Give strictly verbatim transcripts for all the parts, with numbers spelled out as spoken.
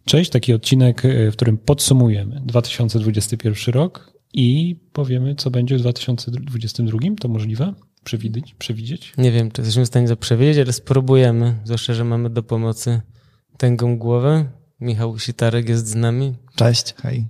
Cześć, taki odcinek, w którym podsumujemy dwa tysiące dwudziesty pierwszy rok i powiemy, co będzie w dwa tysiące dwudziestym drugim. To możliwe? Przewidzieć? przewidzieć? Nie wiem, czy jesteśmy w stanie to przewidzieć, ale spróbujemy. Zwłaszcza, że mamy do pomocy tęgą głowę. Michał Sitarek jest z nami. Cześć, hej.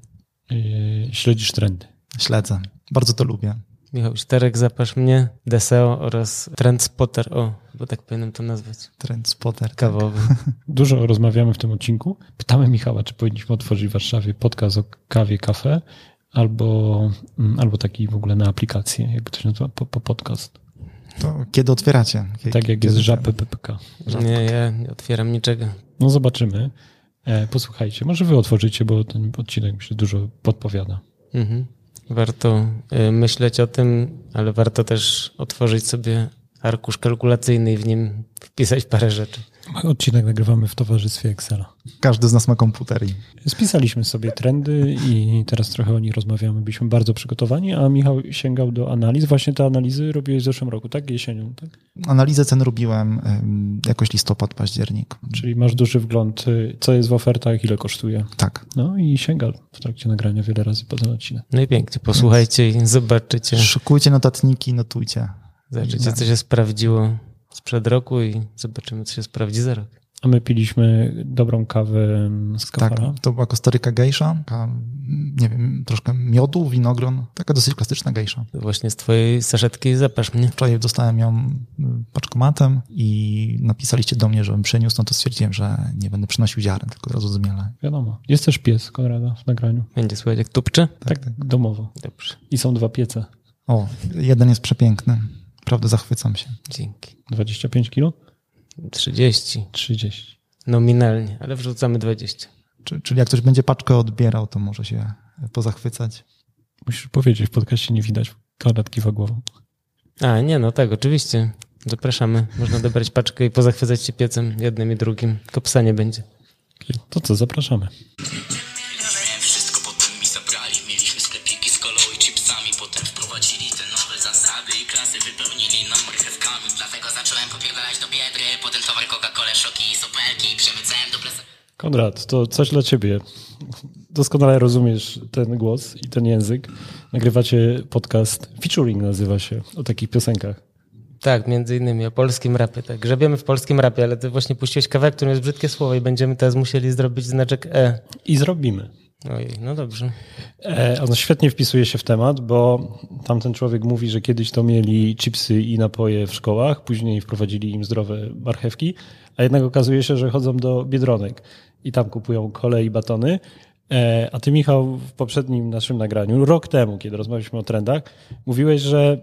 Yy, śledzisz trendy. Śledzę. Bardzo to lubię. Michał Sitarek, Zapasz mnie, Deseo oraz Trendspotter, o, bo tak powinienem to nazwać. Trendspotter. Kawowy. Tak. Dużo rozmawiamy w tym odcinku. Pytałem Michała, czy powinniśmy otworzyć w Warszawie podcast o kawie, kafe, albo, albo taki w ogóle na aplikację, jakby to się nazywa, po, po podcast. To kiedy otwieracie? Kiedy, tak jak kiedy jest Żapy P P K. Nie, ja nie otwieram niczego. No zobaczymy. E, posłuchajcie, może wy otworzycie, bo ten odcinek mi się dużo podpowiada. Mhm. Warto y, myśleć o tym, ale warto też otworzyć sobie arkusz kalkulacyjny i w nim wpisać parę rzeczy. Odcinek nagrywamy w towarzystwie Excela. Każdy z nas ma komputer. I... Spisaliśmy sobie trendy i teraz trochę o nich rozmawiamy. Byliśmy bardzo przygotowani, a Michał sięgał do analiz. Właśnie te analizy robiłeś w zeszłym roku, tak? Jesienią, tak? Analizę cen robiłem jakoś listopad, październik. Czyli masz duży wgląd, co jest w ofertach, ile kosztuje. Tak. No i sięga w trakcie nagrania wiele razy po ten odcinek. No i pięknie, posłuchajcie i zobaczycie. Szykujcie notatniki, notujcie. Zobaczycie, co się sprawdziło sprzed roku i zobaczymy, co się sprawdzi za rok. A my piliśmy dobrą kawę z Kafara. Tak, to była Kostaryka gejsza, taka, nie wiem, troszkę miodu, winogron, taka dosyć klasyczna gejsza. Właśnie z twojej saszetki Zapasz mnie. Wczoraj dostałem ją paczkomatem i napisaliście do mnie, żebym przyniósł, no to stwierdziłem, że nie będę przynosił ziaren, tylko od razu zmielę. Wiadomo. Jest też pies Konrada w nagraniu. Będzie słychać jak tupczy? Tak, tak, domowo. Dobrze. I są dwa piece. O, jeden jest przepiękny. Prawda, zachwycam się. Dzięki. dwadzieścia pięć kilo? trzydzieści. trzydzieści. Nominalnie, ale wrzucamy dwadzieścia. Czyli jak ktoś będzie paczkę odbierał, to może się pozachwycać. Musisz powiedzieć, w podcaście nie widać. Konrad kiwa głową. A, nie, no tak, oczywiście. Zapraszamy. Można dobrać paczkę i pozachwycać się piecem jednym i drugim. Tylko psa nie będzie. To co, zapraszamy. Wszystko potem mi zabrali. Mieliśmy sklepiki z kolą i chipsami. Potem wprowadzili te nowe zasady i klasy wypełnili nam marchewkami. Dlatego zacząłem popierdalać do biedry. Potem towar Coca-Cola, szoki i sopelki. Przemycałem do plesa. Konrad, to coś dla ciebie. Doskonale rozumiesz ten głos i ten język. Nagrywacie podcast, featuring nazywa się, o takich piosenkach. Tak, między innymi o polskim rapie. Tak, grzebiemy w polskim rapie, ale ty właśnie puściłeś kawałek, którym jest brzydkie słowo i będziemy teraz musieli zrobić znaczek E. I zrobimy. Ojej, no dobrze. E, ono świetnie wpisuje się w temat, bo tamten człowiek mówi, że kiedyś to mieli chipsy i napoje w szkołach, później wprowadzili im zdrowe marchewki, a jednak okazuje się, że chodzą do Biedronek i tam kupują kole i batony. E, a ty, Michał, w poprzednim naszym nagraniu, rok temu, kiedy rozmawialiśmy o trendach, mówiłeś, że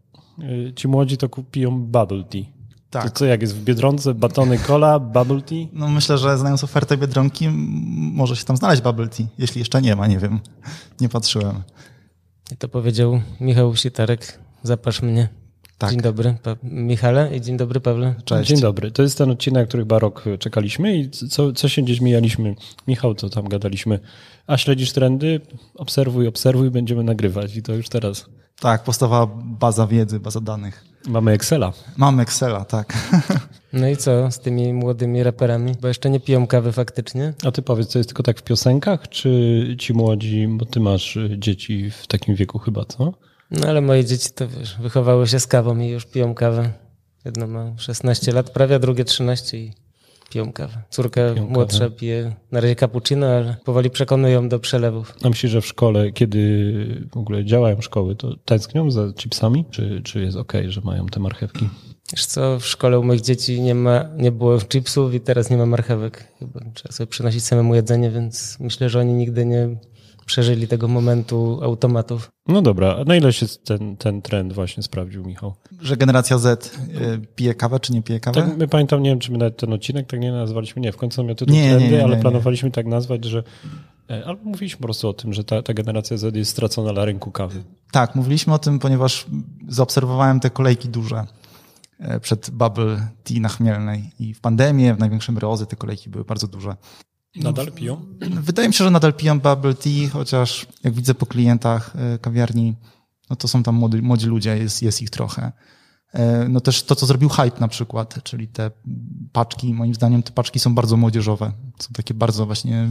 ci młodzi to kupią bubble tea. Tak. To co, jak jest w Biedronce, batony cola, bubble tea? No myślę, że znając ofertę Biedronki, m- może się tam znaleźć bubble tea. Jeśli jeszcze nie ma, nie wiem. Nie patrzyłem. I to powiedział Michał Sitarek. Zapasz mnie. Tak. Dzień dobry, pa- Michale i dzień dobry, Pawle. Cześć. Dzień dobry. To jest ten odcinek, który chyba rok czekaliśmy i co, co się gdzieś mijaliśmy. Michał, to tam gadaliśmy. A śledzisz trendy? Obserwuj, obserwuj, będziemy nagrywać i to już teraz. Tak, powstawała baza wiedzy, baza danych. Mamy Excela. Mamy Excela, tak. No i co z tymi młodymi raperami? Bo jeszcze nie piją kawy faktycznie. A ty powiedz, to jest tylko tak w piosenkach, czy ci młodzi, bo ty masz dzieci w takim wieku chyba, co? No ale moje dzieci to wiesz, wychowały się z kawą i już piją kawę. Jedno ma szesnaście lat prawie, a drugie trzynaście i piją kawę. Córka Piją młodsza kawę. pije na razie cappuccino, ale powoli przekonują do przelewów. A myślisz, że w szkole, kiedy w ogóle działają szkoły, to tęsknią za chipsami? Czy, czy jest okej, że mają te marchewki? Wiesz co, w szkole u moich dzieci nie ma, nie było chipsów i teraz nie ma marchewek. Chyba trzeba sobie przynosić samemu jedzenie, więc myślę, że oni nigdy nie przeżyli tego momentu automatów. No dobra, a na ile się ten, ten trend właśnie sprawdził, Michał? Że generacja Z y, pije kawę, czy nie pije kawę? Tak, my pamiętam, nie wiem, czy my nawet ten odcinek tak nie nazwaliśmy, nie, w końcu miał tytuł Nie, nie, trendy, nie, nie, ale nie. planowaliśmy tak nazwać, że albo mówiliśmy po prostu o tym, że ta, ta generacja Z jest stracona na rynku kawy. Tak, mówiliśmy o tym, ponieważ zaobserwowałem te kolejki duże przed bubble tea na Chmielnej i w pandemię, w największym mrozy te kolejki były bardzo duże. Nadal piją? Wydaje mi się, że nadal piją bubble tea, chociaż jak widzę po klientach kawiarni, no to są tam młodzi, młodzi ludzie, jest, jest ich trochę. No też to, co zrobił Hype na przykład, czyli te paczki, moim zdaniem te paczki są bardzo młodzieżowe. Są takie bardzo właśnie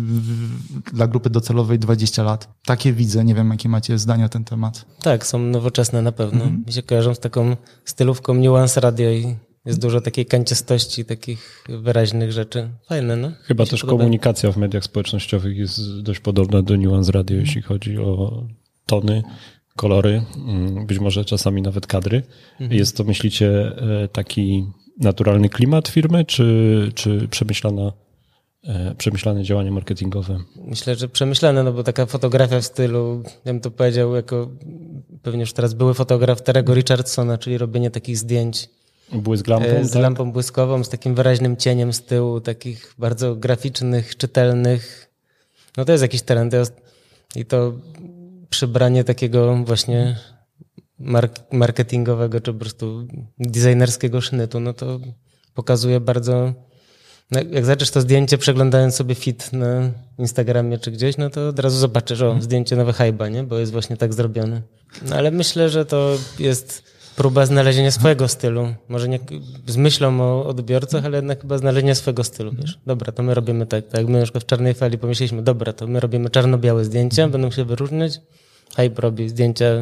dla grupy docelowej dwadzieścia lat. Takie widzę, nie wiem jakie macie zdania na ten temat. Tak, są nowoczesne na pewno. Mm. Mi się kojarzą z taką stylówką Nuance Radio i jest dużo takiej kanciastości, takich wyraźnych rzeczy. Fajne, no. Chyba też podoba. Komunikacja w mediach społecznościowych jest dość podobna do Nuance Radio, mm. jeśli chodzi o tony, kolory, być może czasami nawet kadry. Mhm. Jest to, myślicie, taki naturalny klimat firmy, czy, czy przemyślana, przemyślane działanie marketingowe? Myślę, że przemyślane, no bo taka fotografia w stylu, ja bym to powiedział, jako pewnie już teraz były fotograf Terego Richardsona, czyli robienie takich zdjęć Błysk lampą, z tak? lampą błyskową, z takim wyraźnym cieniem z tyłu, takich bardzo graficznych, czytelnych. No to jest jakiś trend. I to przybranie takiego właśnie mark- marketingowego czy po prostu designerskiego sznytu, no to pokazuje bardzo... No jak zobaczysz to zdjęcie, przeglądając sobie feed na Instagramie czy gdzieś, no to od razu zobaczysz, o, zdjęcie nowe Hype'a, nie? Bo jest właśnie tak zrobione. No ale myślę, że to jest próba znalezienia swojego stylu. Może nie z myślą o odbiorcach, ale jednak chyba znalezienia swojego stylu, wiesz. Dobra, to my robimy tak, tak jak my na przykład w Czarnej Fali pomyśleliśmy, dobra, to my robimy czarno-białe zdjęcia, będą się wyróżniać. Hype robi zdjęcia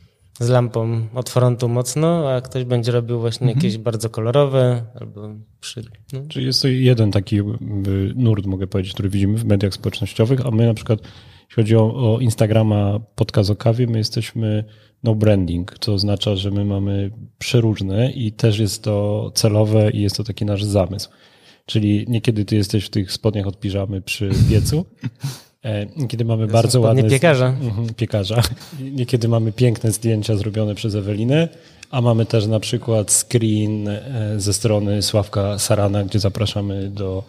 z lampą od frontu mocno, a ktoś będzie robił właśnie mhm. jakieś bardzo kolorowe albo przy... No. Czyli jest to jeden taki nurt, mogę powiedzieć, który widzimy w mediach społecznościowych, a my na przykład, jeśli chodzi o, o Instagrama Podcast o kawie, my jesteśmy no branding, co oznacza, że my mamy przeróżne i też jest to celowe i jest to taki nasz zamysł. Czyli niekiedy ty jesteś w tych spodniach od piżamy przy piecu, Niekiedy mamy to bardzo ładne... piekarza. Piekarza. Niekiedy mamy piękne zdjęcia zrobione przez Ewelinę, a mamy też na przykład screen ze strony Sławka Sarana, gdzie zapraszamy do,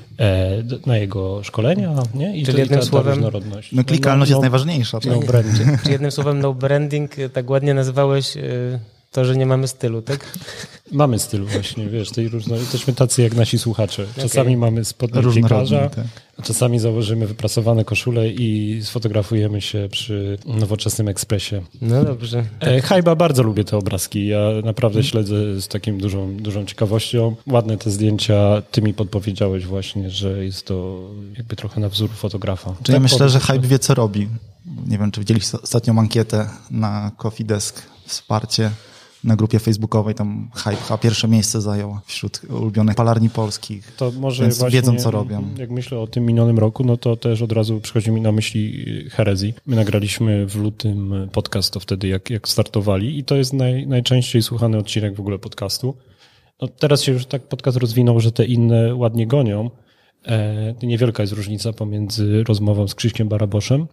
do na jego szkolenia. Nie? I Czyli to, jednym ta, ta słowem... różnorodność. No klikalność no, no, no, jest najważniejsza. No branding. Czy jednym słowem no branding, tak ładnie nazywałeś to, że nie mamy stylu, tak? Mamy styl właśnie, wiesz, tej różno... jesteśmy tacy jak nasi słuchacze. Czasami okay. mamy spodnie piekarza, tak. a czasami założymy wyprasowane koszule i sfotografujemy się przy nowoczesnym ekspresie. No dobrze. E, Hype'a bardzo lubię te obrazki. Ja naprawdę śledzę z takim dużą, dużą ciekawością. Ładne te zdjęcia. Ty mi podpowiedziałeś właśnie, że jest to jakby trochę na wzór fotografa. Czyli ja myślę, że Hype wie, co robi. Nie wiem, czy widzieliście ostatnią ankietę na Coffee Desk, wsparcie na grupie facebookowej, tam Hype pierwsze miejsce zajął wśród ulubionych palarni polskich, to może więc właśnie, wiedzą, co robią. Jak myślę o tym minionym roku, no to też od razu przychodzi mi na myśli Herezji. My nagraliśmy w lutym podcast, to wtedy jak, jak startowali i to jest naj, najczęściej słuchany odcinek w ogóle podcastu. No teraz się już tak podcast rozwinął, że te inne ładnie gonią. E, niewielka jest różnica pomiędzy rozmową z Krzyśkiem Baraboszem,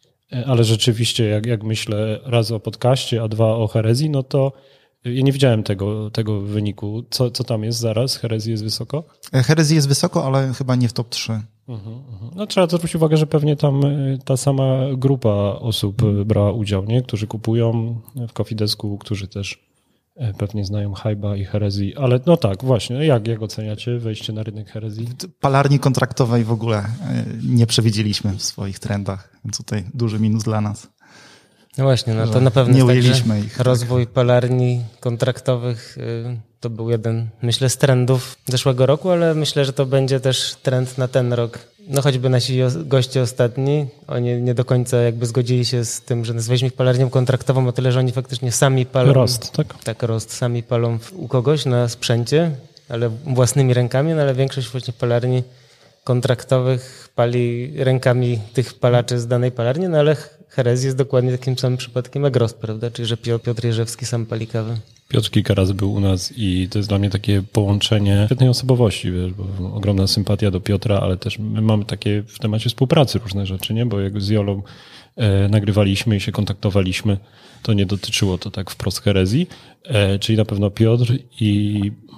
ale rzeczywiście jak, jak myślę raz o podcaście, a dwa o Herezji, no to ja nie widziałem tego, tego wyniku. Co, co tam jest zaraz? Herezji jest wysoko? Herezji jest wysoko, ale chyba nie w top trzy. Uh-huh, uh-huh. No trzeba zwrócić uwagę, że pewnie tam ta sama grupa osób brała udział, nie? Którzy kupują w Coffee Desku, którzy też pewnie znają Hype'a i Herezji. Ale no tak, właśnie. Jak, jak oceniacie wejście na rynek Herezji? Palarni kontraktowej w ogóle nie przewidzieliśmy w swoich trendach, więc tutaj duży minus dla nas. No właśnie, no to na pewno nie ujęliśmy ich. Rozwój palarni kontraktowych to był jeden, myślę, z trendów zeszłego roku, ale myślę, że to będzie też trend na ten rok. No choćby nasi goście ostatni, oni nie do końca jakby zgodzili się z tym, że nazwaliśmy ich palarnią kontraktową, o tyle, że oni faktycznie sami palą. Rost, tak? Tak, rost. Sami palą u kogoś na sprzęcie, ale własnymi rękami, no ale większość właśnie palarni kontraktowych pali rękami tych palaczy z danej palarni, no ale Herezji jest dokładnie takim samym przypadkiem jak Rost, prawda? Czyli że Piotr Jerzewski sam pali kawę. Piotr kilka razy był u nas i to jest dla mnie takie połączenie świetnej osobowości, wiesz, bo ogromna sympatia do Piotra, ale też my mamy takie w temacie współpracy różne rzeczy, nie? Bo jak z Jolą e, nagrywaliśmy i się kontaktowaliśmy, to nie dotyczyło to tak wprost Herezji, e, czyli na pewno Piotr i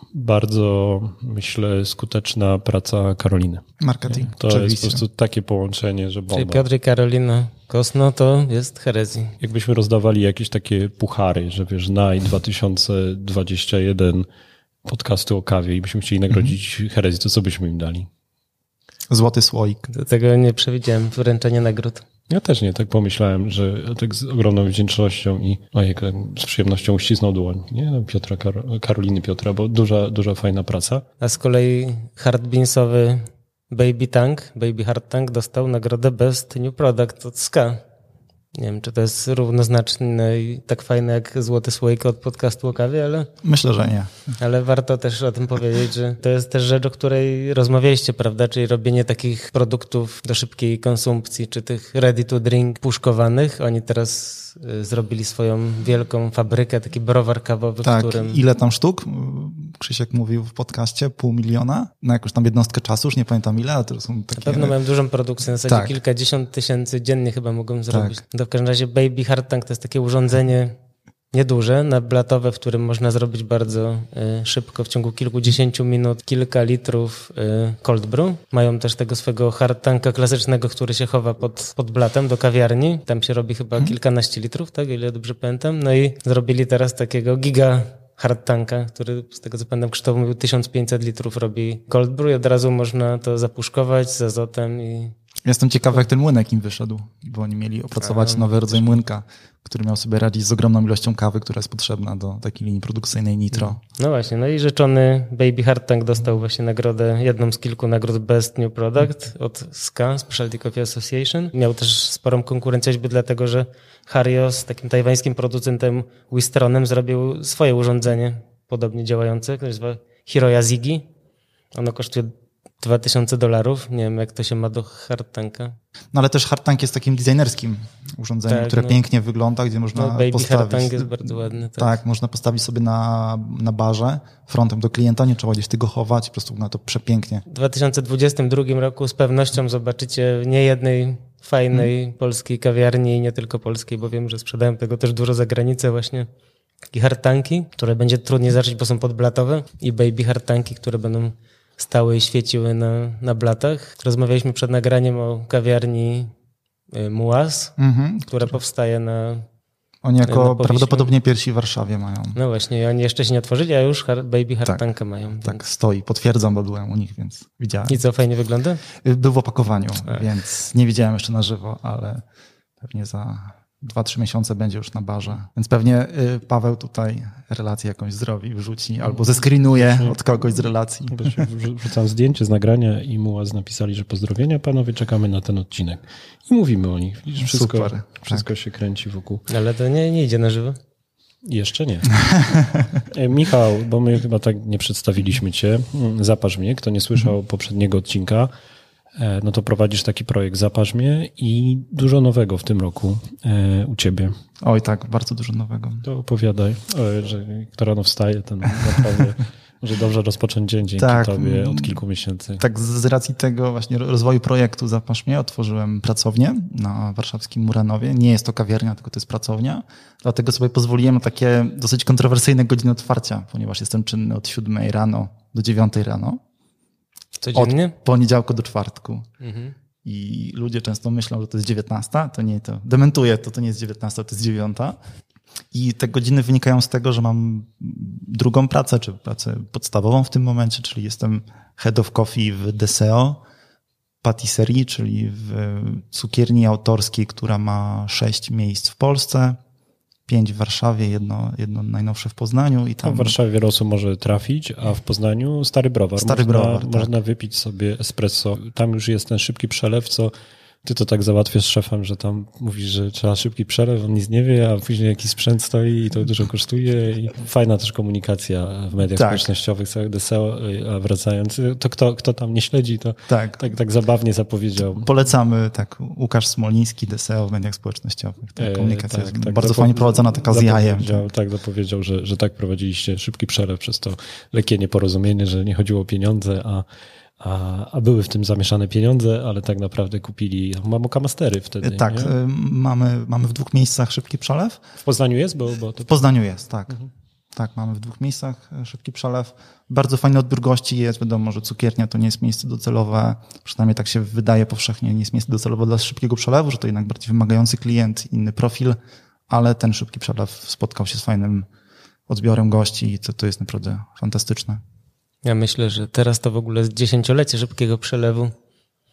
bardzo, myślę, skuteczna praca Karoliny. Marketing. To oczywiście. Jest po prostu takie połączenie, że bomba. Czyli Piotr i Karolina Kosno to jest Herezji. Jakbyśmy rozdawali jakieś takie puchary, że wiesz, Naj dwa tysiące dwadzieścia jeden podcastu o kawie i byśmy chcieli nagrodzić mm-hmm. Herezji, to co byśmy im dali? Złoty słoik. Do tego nie przewidziałem wręczenia nagród. Ja też nie, tak pomyślałem, że tak z ogromną wdzięcznością i ojej, z przyjemnością uścisnął dłoń, nie? No, Piotra, Kar- Karoliny Piotra, bo duża, duża fajna praca. A z kolei hardbeansowy Baby Tank, Baby Hard Tank dostał nagrodę Best New Product od Ska. Nie wiem, czy to jest równoznaczne i tak fajne jak Złoty Słoik od podcastu o kawie, ale... Myślę, że nie. Ale warto też o tym powiedzieć, że to jest też rzecz, o której rozmawialiście, prawda? Czyli robienie takich produktów do szybkiej konsumpcji, czy tych ready to drink puszkowanych. Oni teraz y, zrobili swoją wielką fabrykę, taki browar kawowy, Tak, w którym... ile tam sztuk? Krzysiek mówił w podcaście, pół miliona na jakąś tam jednostkę czasu, już nie pamiętam ile, ale to są takie... Na pewno mają dużą produkcję, na zasadzie Tak. kilkadziesiąt tysięcy dziennie chyba mogą zrobić. Tak. To w każdym razie Baby Hard Tank to jest takie urządzenie nieduże, nablatowe, w którym można zrobić bardzo y, szybko, w ciągu kilkudziesięciu minut, kilka litrów y, cold brew. Mają też tego swego hard tanka klasycznego, który się chowa pod, pod blatem do kawiarni. Tam się robi chyba hmm. kilkanaście litrów, tak, ile dobrze pamiętam. No i zrobili teraz takiego giga hard tanka, który z tego co pamiętam kształt mówił tysiąc pięćset litrów robi cold brew i od razu można to zapuszkować z azotem i... Jestem ciekawy, jak ten młynek im wyszedł, bo oni mieli opracować A, nowy rodzaj młynka, który miał sobie radzić z ogromną ilością kawy, która jest potrzebna do takiej linii produkcyjnej Nitro. No właśnie, no i rzeczony Baby Hard Tank dostał właśnie nagrodę, jedną z kilku nagród Best New Product od S C A, Specialty Coffee Association. Miał też sporą konkurencję, choćby dlatego, że Hario z takim tajwańskim producentem Wistronem zrobił swoje urządzenie, podobnie działające, które się nazywa Hiroya Ziggy. Ono kosztuje dwa tysiące dolarów. Nie wiem, jak to się ma do hard tanka. No ale też hard tank jest takim designerskim urządzeniem, tak, które no, pięknie wygląda, gdzie można no, baby postawić... hard tank jest bardzo ładny. Tak. tak, można postawić sobie na, na barze frontem do klienta, nie trzeba gdzieś tego chować, po prostu wygląda to przepięknie. W dwa tysiące dwudziestym drugim roku z pewnością zobaczycie nie jednej fajnej hmm. polskiej kawiarni i nie tylko polskiej, bo wiem, że sprzedają tego też dużo za granicę właśnie. Takie hard tanki, które będzie trudniej zacząć, bo są podblatowe i baby hard tanki, które będą stały i świeciły na, na blatach. Rozmawialiśmy przed nagraniem o kawiarni Muaz, mhm. która powstaje na... Oni jako na prawdopodobnie pierwsi w Warszawie mają. No właśnie, oni jeszcze się nie otworzyli, a już hard, baby hard tanka tak, mają. Tak, więc... stoi. Potwierdzam, bo byłem u nich, więc widziałem. I co, fajnie wygląda? Był w opakowaniu, Ach. więc nie widziałem jeszcze na żywo, ale pewnie za dwa, trzy miesiące będzie już na barze. Więc pewnie Paweł tutaj relację jakąś zrobi, wrzuci albo zeskrinuje od kogoś z relacji. Wrzucam zdjęcie z nagrania i Muaz napisali, że pozdrowienia panowie, czekamy na ten odcinek. I mówimy o nich. Widzisz, wszystko, Super, wszystko tak. się kręci wokół. Ale to nie, nie idzie na żywo? Jeszcze nie. Michał, bo my chyba tak nie przedstawiliśmy cię. Zaparz mnie, kto nie słyszał mhm. poprzedniego odcinka, no to prowadzisz taki projekt Zaparz mnie i dużo nowego w tym roku e, u ciebie. Oj tak, bardzo dużo nowego. To opowiadaj, o, że kto rano wstaje, ten naprawdę może dobrze rozpocząć dzień dzięki tak, tobie od kilku miesięcy. Tak, z racji tego właśnie rozwoju projektu Zaparz mnie otworzyłem pracownię na warszawskim Muranowie. Nie jest to kawiarnia, tylko to jest pracownia. Dlatego sobie pozwoliłem na takie dosyć kontrowersyjne godziny otwarcia, ponieważ jestem czynny od siódmej rano do dziewiątej rano. Codziennie? Od poniedziałku do czwartku. Mhm. I ludzie często myślą, że to jest dziewiętnasta. To nie to. Dementuję to, to nie jest dziewiętnasta, to jest dziewiąta. I te godziny wynikają z tego, że mam drugą pracę, czy pracę podstawową w tym momencie, czyli jestem head of coffee w Deseo Patisserie, czyli w cukierni autorskiej, która ma sześć miejsc w Polsce. Pięć w Warszawie, jedno, jedno najnowsze w Poznaniu. I tam... W Warszawie wiele osób może trafić, a w Poznaniu stary browar. Stary można, browar, tak. Można wypić sobie espresso. Tam już jest ten szybki przelew, co ty to tak załatwiasz z szefem, że tam mówisz, że trzeba szybki przelew, on nic nie wie, a później jakiś sprzęt stoi i to dużo kosztuje. I fajna też komunikacja w mediach tak. społecznościowych, całych Deseo, a wracając, to kto, kto tam nie śledzi, to tak. Tak, tak zabawnie zapowiedział. Polecamy, tak, Łukasz Smoliński, Deseo w mediach społecznościowych. Ta komunikacja e, tak, jest tak, bardzo zapo- fajnie prowadzona, taka z jajem. Tak, tak zapowiedział, że, że tak prowadziliście szybki przelew przez to lekkie nieporozumienie, że nie chodziło o pieniądze, a A, a były w tym zamieszane pieniądze, ale tak naprawdę kupili Mamoka Mastery wtedy. Tak, nie? mamy, mamy w dwóch miejscach szybki przelew. W Poznaniu jest? Bo, bo to... W Poznaniu jest, tak. Mhm. Tak, mamy w dwóch miejscach szybki przelew. Bardzo fajny odbiór gości jest. Wiadomo, że cukiernia to nie jest miejsce docelowe, przynajmniej tak się wydaje powszechnie, nie jest miejsce docelowe dla szybkiego przelewu, że to jednak bardziej wymagający klient, inny profil, ale ten szybki przelew spotkał się z fajnym odbiorem gości i to, to jest naprawdę fantastyczne. Ja myślę, że teraz to w ogóle jest dziesięciolecie szybkiego przelewu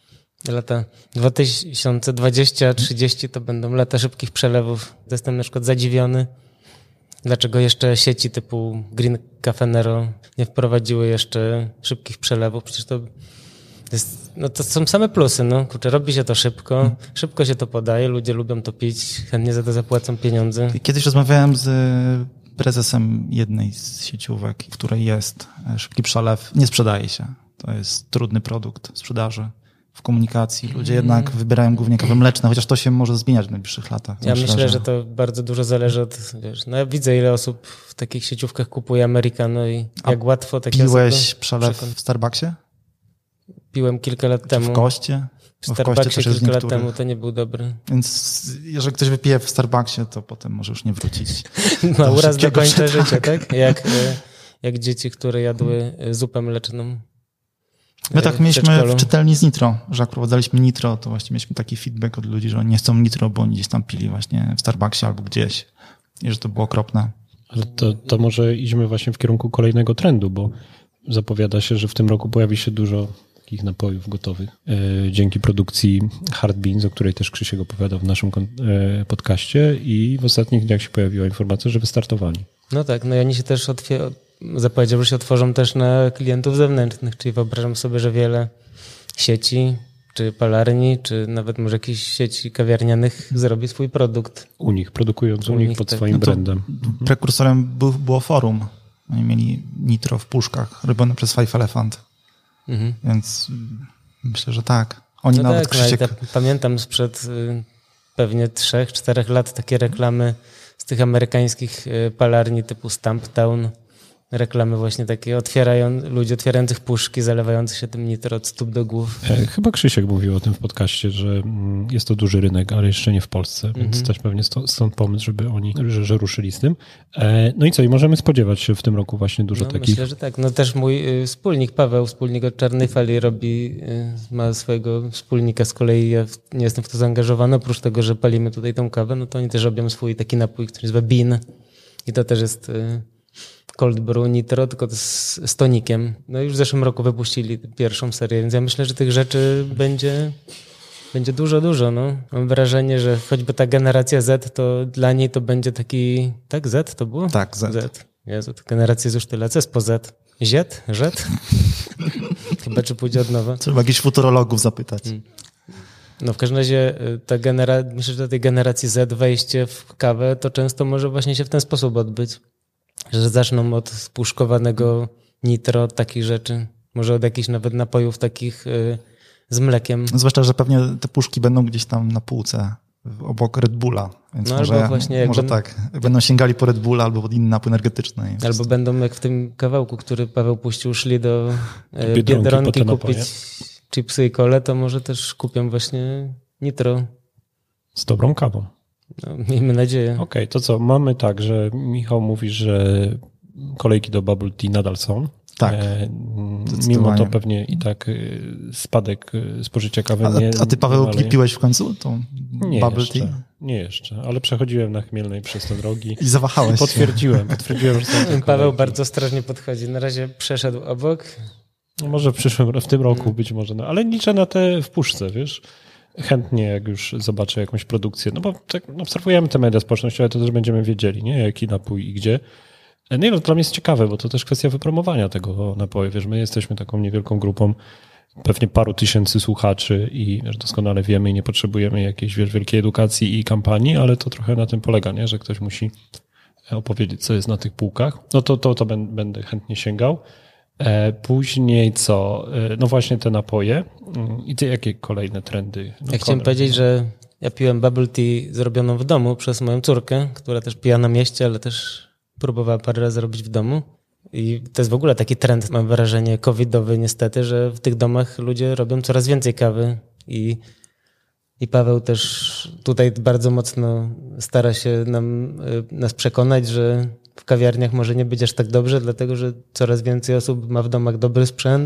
Lata dwa tysiące dwudziesty trzydzieści to będą lata szybkich przelewów. Jestem na przykład zadziwiony, dlaczego jeszcze sieci typu Green Cafe Nero nie wprowadziły jeszcze szybkich przelewów. Przecież to jest, no to są same plusy. No. Kurczę, robi się to szybko, szybko się to podaje, ludzie lubią to pić, chętnie za to zapłacą pieniądze. Kiedyś rozmawiałem z prezesem jednej z sieciówek, w której jest szybki przelew. Nie sprzedaje się. To jest trudny produkt sprzedaży, w komunikacji. Ludzie mm. jednak wybierają głównie kawy mleczne, chociaż to się może zmieniać w najbliższych latach. Ja myślę, myślę że... że to bardzo dużo zależy od, wiesz, no ja widzę, ile osób w takich sieciówkach kupuje Americano i A jak łatwo takie piłeś osoby... przelew w Starbucksie? Piłem kilka lat Czy temu. w Koście? W Starbucksie kilka lat temu to nie był dobry. Więc jeżeli ktoś wypije w Starbucksie, to potem może już nie wrócić. Ma uraz do końca tak. życia, tak? Jak, jak dzieci, które jadły zupę mleczną. My tak mieliśmy w czytelni z Nitro, że jak prowadzaliśmy Nitro, to właśnie mieliśmy taki feedback od ludzi, że oni nie chcą Nitro, bo oni gdzieś tam pili właśnie w Starbucksie albo gdzieś i że to było okropne. Ale to, to może idźmy właśnie w kierunku kolejnego trendu, bo zapowiada się, że w tym roku pojawi się dużo takich napojów gotowych e, dzięki produkcji Hard Beans, o której też Krzysiek opowiadał w naszym e, podcaście i w ostatnich dniach się pojawiła informacja, że wystartowali. No tak, no i oni się też otwierają, zapowiedział, że się otworzą też na klientów zewnętrznych, czyli wyobrażam sobie, że wiele sieci, czy palarni, czy nawet może jakichś sieci kawiarnianych zrobi swój produkt. U nich, produkując u, u nich, nich pod tak. swoim no brandem. Prekursorem był, było Forum. Oni mieli Nitro w puszkach, robione przez Five Elephant. Mhm. Więc myślę, że tak. Oni no nawet tak, Krzysiek... no, ja pamiętam sprzed y, pewnie trzech, czterech lat takie reklamy z tych amerykańskich y, palarni typu Stumptown. Reklamy właśnie takie otwierają, ludzi otwierających puszki, zalewających się tym nitro od stóp do głów. E, chyba Krzysiek mówił o tym w podcaście, że jest to duży rynek, ale jeszcze nie w Polsce, mm-hmm. więc też pewnie stąd, stąd pomysł, żeby oni, że, że ruszyli z tym. E, no i co, i możemy spodziewać się w tym roku właśnie dużo no, takich... Myślę, że tak. No też mój y, wspólnik Paweł, wspólnik od Czarnej Fali robi, y, ma swojego wspólnika, z kolei ja nie jestem w to zaangażowany, oprócz tego, że palimy tutaj tą kawę, no to oni też robią swój taki napój, który się nazywa Bean i to też jest... Y, Cold Brew Nitro, tylko z, z tonikiem. No już w zeszłym roku wypuścili pierwszą serię, więc ja myślę, że tych rzeczy będzie, będzie dużo, dużo. No. Mam wrażenie, że choćby ta generacja Z, to dla niej to będzie taki... Tak, Z to było? Tak, Z. Z. Jezu, to generacja jest już tyle. Co jest po Z? Z? Z? Chyba czy pójdzie od nowa. Trzeba jakichś futurologów zapytać. Hmm. No w każdym razie ta genera... myślę, że do tej generacji Z wejście w kawę to często może właśnie się w ten sposób odbyć. Że zaczną od spuszkowanego nitro, od takich rzeczy. Może od jakichś nawet napojów takich y, z mlekiem. Zwłaszcza, że pewnie te puszki będą gdzieś tam na półce obok Red Bulla. Więc no może, właśnie może ben... tak. Będą sięgali po Red Bulla albo pod inny napój energetyczny. Albo będą jak w tym kawałku, który Paweł puścił, szli do y, Biedronki, Biedronki kupić chipsy i kole, to może też kupią właśnie nitro. Z dobrą kawą. No, miejmy nadzieję. Okej, okay, to co? Mamy tak, że Michał mówi, że kolejki do Bubble Tea nadal są. Tak. E, mimo to pewnie i tak spadek spożycia kawy a, nie... A ty, Paweł, nie piłeś w końcu tą nie Bubble jeszcze, Tea? Nie jeszcze, ale przechodziłem na Chmielnej przez te drogi. I zawahałeś Potwierdziłem, się. potwierdziłem, że są te Paweł kolejki. bardzo ostrożnie podchodzi. Na razie przeszedł obok. No może w przyszłym, w tym roku być może, no, ale liczę na te w puszce, wiesz? Chętnie, jak już zobaczę jakąś produkcję, no bo tak obserwujemy te media społecznościowe, to też będziemy wiedzieli, nie? Jaki napój i gdzie. No i no, dla mnie jest ciekawe, bo to też kwestia wypromowania tego napoju. Wiesz, my jesteśmy taką niewielką grupą, pewnie paru tysięcy słuchaczy i wiesz, doskonale wiemy i nie potrzebujemy jakiejś wiesz, wielkiej edukacji i kampanii, ale to trochę na tym polega, nie? Że ktoś musi opowiedzieć, co jest na tych półkach. No to, to, to będę chętnie sięgał. Później co? No właśnie te napoje. I ty jakie kolejne trendy? No ja chciałem powiedzieć, no. że ja piłem bubble tea zrobioną w domu przez moją córkę, która też pija na mieście, ale też próbowała parę razy robić w domu. I to jest w ogóle taki trend, mam wrażenie, covidowy niestety, że w tych domach ludzie robią coraz więcej kawy i, i Paweł też tutaj bardzo mocno stara się nam, nas przekonać, że w kawiarniach może nie być aż tak dobrze, dlatego że coraz więcej osób ma w domach dobry sprzęt,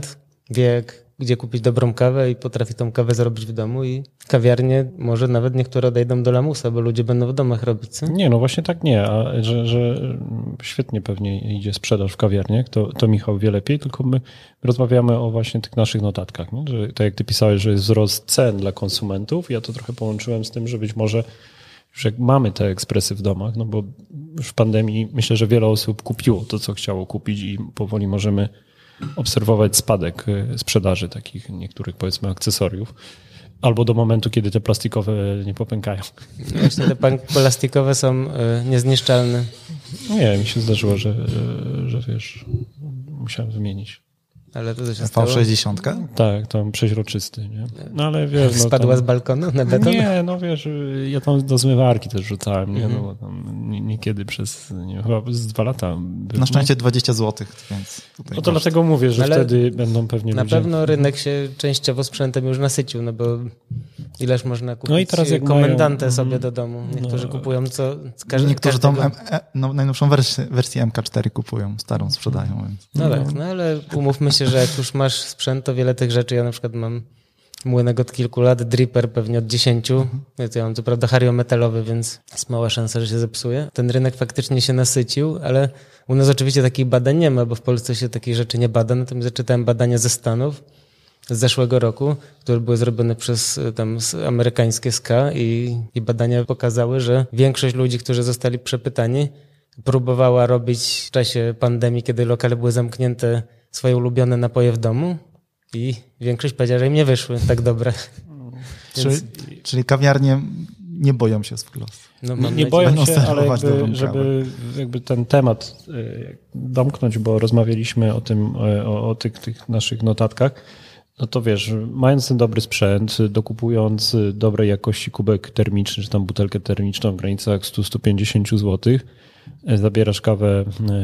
wie jak, gdzie kupić dobrą kawę i potrafi tą kawę zrobić w domu i kawiarnie może nawet niektóre odejdą do lamusa, bo ludzie będą w domach robić, co? Nie, no właśnie tak nie, a że, że świetnie pewnie idzie sprzedaż w kawiarniach, to, to Michał wie lepiej, tylko my rozmawiamy o właśnie tych naszych notatkach, nie? Że tak jak ty pisałeś, że jest wzrost cen dla konsumentów, ja to trochę połączyłem z tym, że być może już jak mamy te ekspresy w domach, no bo już w pandemii myślę, że wiele osób kupiło to, co chciało kupić i powoli możemy obserwować spadek sprzedaży takich niektórych, powiedzmy, akcesoriów. Albo do momentu, kiedy te plastikowe nie popękają. Właśnie te plastikowe są niezniszczalne. Nie, mi się zdarzyło, że, że wiesz, musiałem wymienić. Ale to coś V sześćdziesiąt? Tak, tam przeźroczysty, nie? No ale wiesz... No, Spadła tam... z balkonu na beton? Nie, no wiesz, ja tam do zmywarki też rzucałem, nie? No, bo tam niekiedy przez, nie wiem, chyba z dwa lata. Był. Na szczęście dwadzieścia złotych, więc... Tutaj no to masz... dlatego mówię, że ale wtedy będą pewnie na ludzie... pewno rynek się częściowo sprzętem już nasycił, no bo ileż można kupić no i teraz jak komendantę mają... sobie do domu. Niektórzy no... kupują co... Każdy, Niektórzy tą każdego... M, no, najnowszą wersję, wersję M K cztery kupują, starą sprzedają. Więc... No tak, no ale umówmy się, że jak już masz sprzęt, to wiele tych rzeczy. Ja na przykład mam młynek od kilku lat, dripper pewnie od dziesięciu. Mhm. Ja mam co prawda hario metalowy, więc jest mała szansa, że się zepsuje. Ten rynek faktycznie się nasycił, ale u nas oczywiście takich badań nie ma, bo w Polsce się takich rzeczy nie bada. Natomiast zaczytałem badania ze Stanów z zeszłego roku, które były zrobione przez tam amerykańskie S K A i, i badania pokazały, że większość ludzi, którzy zostali przepytani, próbowała robić w czasie pandemii, kiedy lokale były zamknięte, swoje ulubione napoje w domu i większość powiedziała, że im nie wyszły tak dobre. Czyli, Więc... czyli kawiarnie nie boją się swój los. No, nie nie boją się, ale jakby, żeby jakby ten temat domknąć, bo rozmawialiśmy o tym, o, o tych, tych naszych notatkach, no to wiesz, mając ten dobry sprzęt, dokupując dobrej jakości kubek termiczny, czy tam butelkę termiczną w granicach sto do stu pięćdziesięciu złotych, zabierasz kawę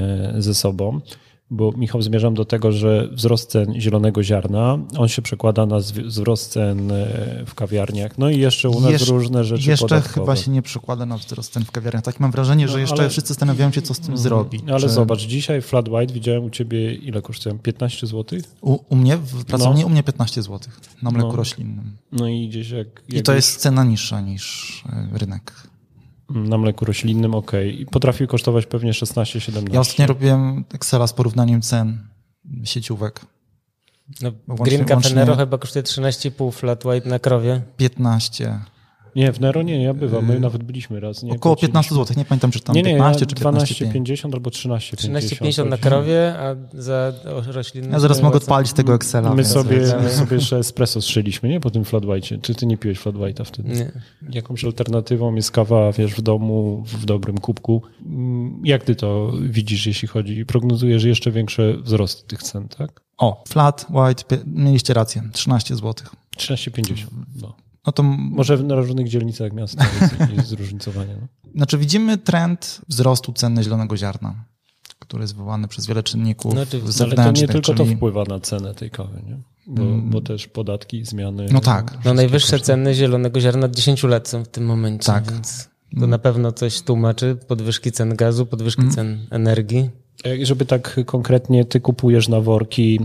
ze sobą, bo Michał, zmierzam do tego, że wzrost cen zielonego ziarna, on się przekłada na wzrost cen w kawiarniach, no i jeszcze u nas Jesz, różne rzeczy Jeszcze podatkowe. chyba się nie przekłada na wzrost cen w kawiarniach. Tak mam wrażenie, że jeszcze ale, wszyscy zastanawiają się, co z tym mm, zrobić. Ale czy... zobacz, dzisiaj flat white widziałem u ciebie, ile kosztują? piętnaście złotych? U, u mnie w pracowni no. u mnie piętnaście złotych na mleku no. roślinnym. No i gdzieś jak... jak I to już... jest cena niższa niż rynek. Na mleku roślinnym, okej. Okay. I potrafi kosztować pewnie szesnaście siedemnaście. Ja ostatnio robiłem Excela z porównaniem cen sieciówek. No, Green Cafe Nero chyba kosztuje trzynaście i pół, flat white na krowie. piętnaście. Nie, w Nero nie, ja bywam. My nawet byliśmy raz. Nie, około piętnaście złotych, nie pamiętam, czy tam nie, nie, piętnaście ja czy piętnaście pięćdziesiąt albo trzynaście pięćdziesiąt. trzynaście pięćdziesiąt na krowie, a za roślinne... Ja zaraz mogę odpalić tego Excela. My sobie, my sobie jeszcze espresso strzeliśmy, nie? Po tym flat white'cie. Czy ty nie piłeś flat white'a wtedy? Nie. Jakąś alternatywą jest kawa, wiesz, w domu, w dobrym kubku. Jak ty to widzisz, jeśli chodzi? Prognozujesz jeszcze większe wzrosty tych cen, tak? O, flat white, mieliście rację, trzynaście złotych. trzynaście pięćdziesiąt, no. No to... Może na różnych dzielnicach miasta jest, jest zróżnicowanie. No. Znaczy widzimy trend wzrostu ceny zielonego ziarna, który jest wywołany przez wiele czynników no, zewnętrznych. Ale to nie tylko czyli... to wpływa na cenę tej kawy, nie? Bo, mm. bo też podatki, zmiany... No tak. No najwyższe koszty. Ceny zielonego ziarna od dziesięciu lat są w tym momencie, tak. Więc to na pewno coś tłumaczy. Podwyżki cen gazu, podwyżki mm. cen energii. Żeby tak konkretnie, ty kupujesz na worki,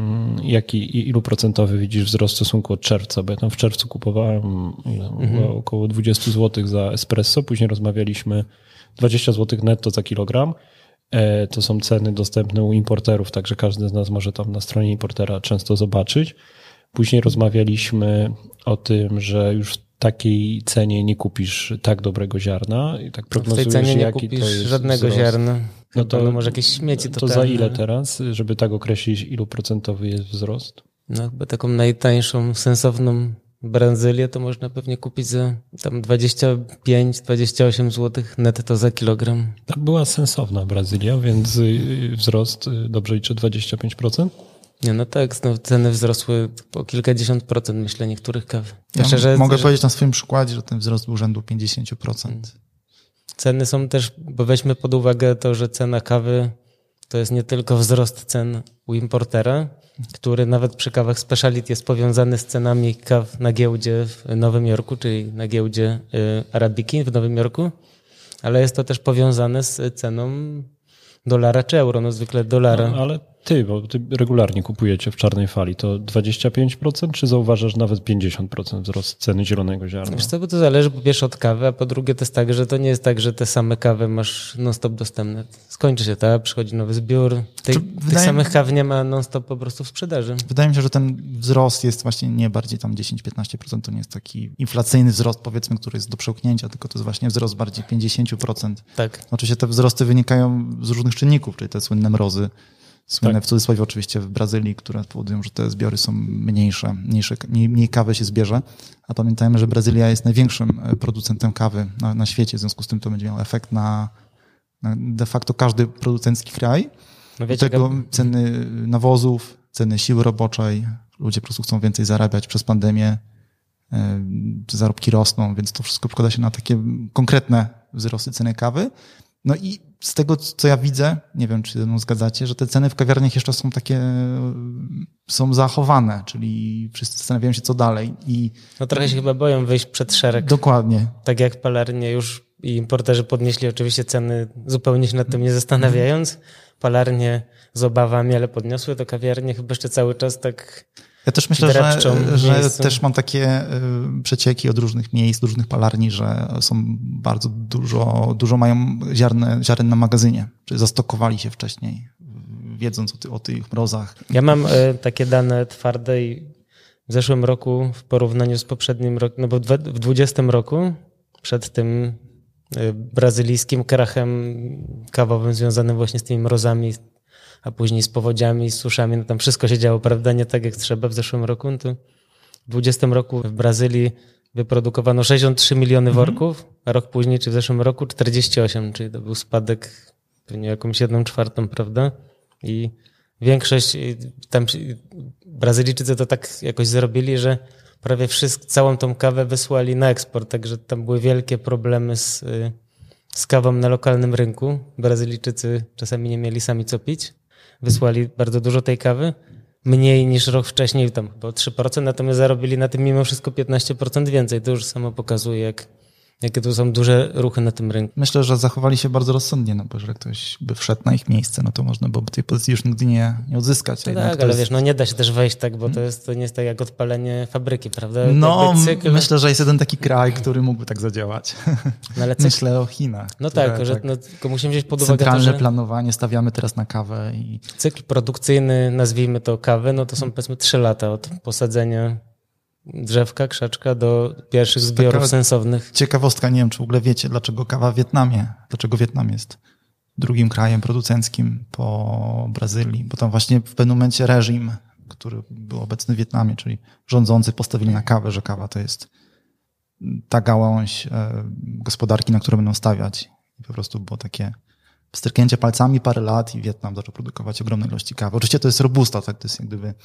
jaki, ilu procentowy widzisz wzrost w stosunku od czerwca? Bo ja tam w czerwcu kupowałem ile, mhm. około dwadzieścia złotych za espresso, później rozmawialiśmy dwadzieścia złotych netto za kilogram. To są ceny dostępne u importerów, także każdy z nas może tam na stronie importera często zobaczyć. Później rozmawialiśmy o tym, że już w takiej cenie nie kupisz tak dobrego ziarna i tak prognozujesz, w tej cenie nie jaki kupisz to jest żadnego wzrost. ziarna. No to, no może jakieś śmieci to totalne. za ile teraz, żeby tak określić, ilu procentowy jest wzrost? No chyba taką najtańszą, sensowną Brazylię to można pewnie kupić za tam dwadzieścia pięć dwadzieścia osiem złotych netto za kilogram. Tak, była sensowna Brazylia, więc wzrost, dobrze liczę, dwadzieścia pięć procent? Nie, no tak, no, ceny wzrosły o kilkadziesiąt procent, myślę, niektórych kaw. Ja Jeszcze, że, mogę że... powiedzieć na swoim przykładzie, że ten wzrost był rzędu pięćdziesiąt procent. Ceny są też, bo weźmy pod uwagę to, że cena kawy to jest nie tylko wzrost cen u importera, który nawet przy kawach speciality jest powiązany z cenami kaw na giełdzie w Nowym Jorku, czyli na giełdzie Arabiki w Nowym Jorku, ale jest to też powiązane z ceną dolara czy euro, no zwykle dolara. No, ale ty, bo ty regularnie kupujecie w Czarnej Fali, to dwadzieścia pięć procent, czy zauważasz nawet pięćdziesiąt procent wzrost ceny zielonego ziarna? Wiesz co, bo to zależy po pierwsze od kawy, a po drugie to jest tak, że to nie jest tak, że te same kawy masz non-stop dostępne. Skończy się ta, przychodzi nowy zbiór. Tych, tych wydaje... samych kaw nie ma non-stop po prostu w sprzedaży. Wydaje mi się, że ten wzrost jest właśnie nie bardziej tam dziesięć do piętnastu procent, to nie jest taki inflacyjny wzrost, powiedzmy, który jest do przełknięcia, tylko to jest właśnie wzrost bardziej pięćdziesiąt procent. Tak. Oczywiście te wzrosty wynikają z różnych czynników, czyli te słynne mrozy, słynne tak. w cudzysłowie oczywiście w Brazylii, które powodują, że te zbiory są mniejsze, mniejsze mniej, mniej kawy się zbierze. A pamiętajmy, że Brazylia jest największym producentem kawy na, na świecie, w związku z tym to będzie miało efekt na, na de facto każdy producencki kraj. No wiecie, Do tego jak... ceny nawozów, ceny siły roboczej. Ludzie po prostu chcą więcej zarabiać przez pandemię. Zarobki rosną, więc to wszystko przekłada się na takie konkretne wzrosty ceny kawy. No i z tego, co ja widzę, nie wiem, czy się ze mną zgadzacie, że te ceny w kawiarniach jeszcze są takie, są zachowane, czyli wszyscy zastanawiają się, co dalej. I No trochę się chyba boją wyjść przed szereg. Dokładnie. Tak jak palarnie już i importerzy podnieśli oczywiście ceny, zupełnie się nad tym nie zastanawiając. Palarnie z obawami, ale podniosły, to kawiarnie chyba jeszcze cały czas tak Ja też myślę, drepczą że, że miejscu. też mam takie przecieki od różnych miejsc, od różnych palarni, że są bardzo dużo, dużo mają ziarne, ziaren na magazynie, czy zastokowali się wcześniej, wiedząc o, ty, o tych mrozach. Ja mam y, takie dane twarde i w zeszłym roku w porównaniu z poprzednim rokiem, no bo w dwudziestym roku przed tym y, brazylijskim krachem kawowym związanym właśnie z tymi mrozami, a później z powodziami, z suszami, no tam wszystko się działo, prawda, nie tak jak trzeba w zeszłym roku. No to w dwudziestym roku w Brazylii wyprodukowano sześćdziesiąt trzy miliony worków, a rok później, czy w zeszłym roku czterdzieści osiem, czyli to był spadek pewnie jakąś jedną czwartą, prawda? I większość, tam Brazylijczycy to tak jakoś zrobili, że prawie wszystko, całą tą kawę wysłali na eksport, także tam były wielkie problemy z, z kawą na lokalnym rynku. Brazylijczycy czasami nie mieli sami co pić. Wysłali bardzo dużo tej kawy, mniej niż rok wcześniej, tam chyba trzy procent, natomiast zarobili na tym mimo wszystko piętnaście procent więcej. To już samo pokazuje, jak, jakie tu są duże ruchy na tym rynku. Myślę, że zachowali się bardzo rozsądnie, no bo jeżeli ktoś by wszedł na ich miejsce, no to można byłoby tej pozycji już nigdy nie, nie odzyskać. No tak, ale jest... wiesz, no nie da się też wejść tak, bo to, jest, to nie jest tak jak odpalenie fabryki, prawda? No, cykl... myślę, że jest jeden taki kraj, który mógłby tak zadziałać. No, ale cykl... Myślę o Chinach. No tak, że tak no, tylko musimy wziąć pod uwagę centralne to, że planowanie, stawiamy teraz na kawę. I... Cykl produkcyjny, nazwijmy to kawy, no to są powiedzmy trzy lata od posadzenia drzewka, krzaczka do pierwszych zbiorów Taka sensownych. Ciekawostka, nie wiem, czy w ogóle wiecie, dlaczego kawa w Wietnamie, dlaczego Wietnam jest drugim krajem producenckim po Brazylii, bo tam właśnie w pewnym momencie reżim, który był obecny w Wietnamie, czyli rządzący postawili na kawę, że kawa to jest ta gałąź gospodarki, na którą będą stawiać. I po prostu było takie wstryknięcie palcami parę lat i Wietnam zaczął produkować ogromne ilości kawy. Oczywiście to jest robusta, tak, to jest jak gdyby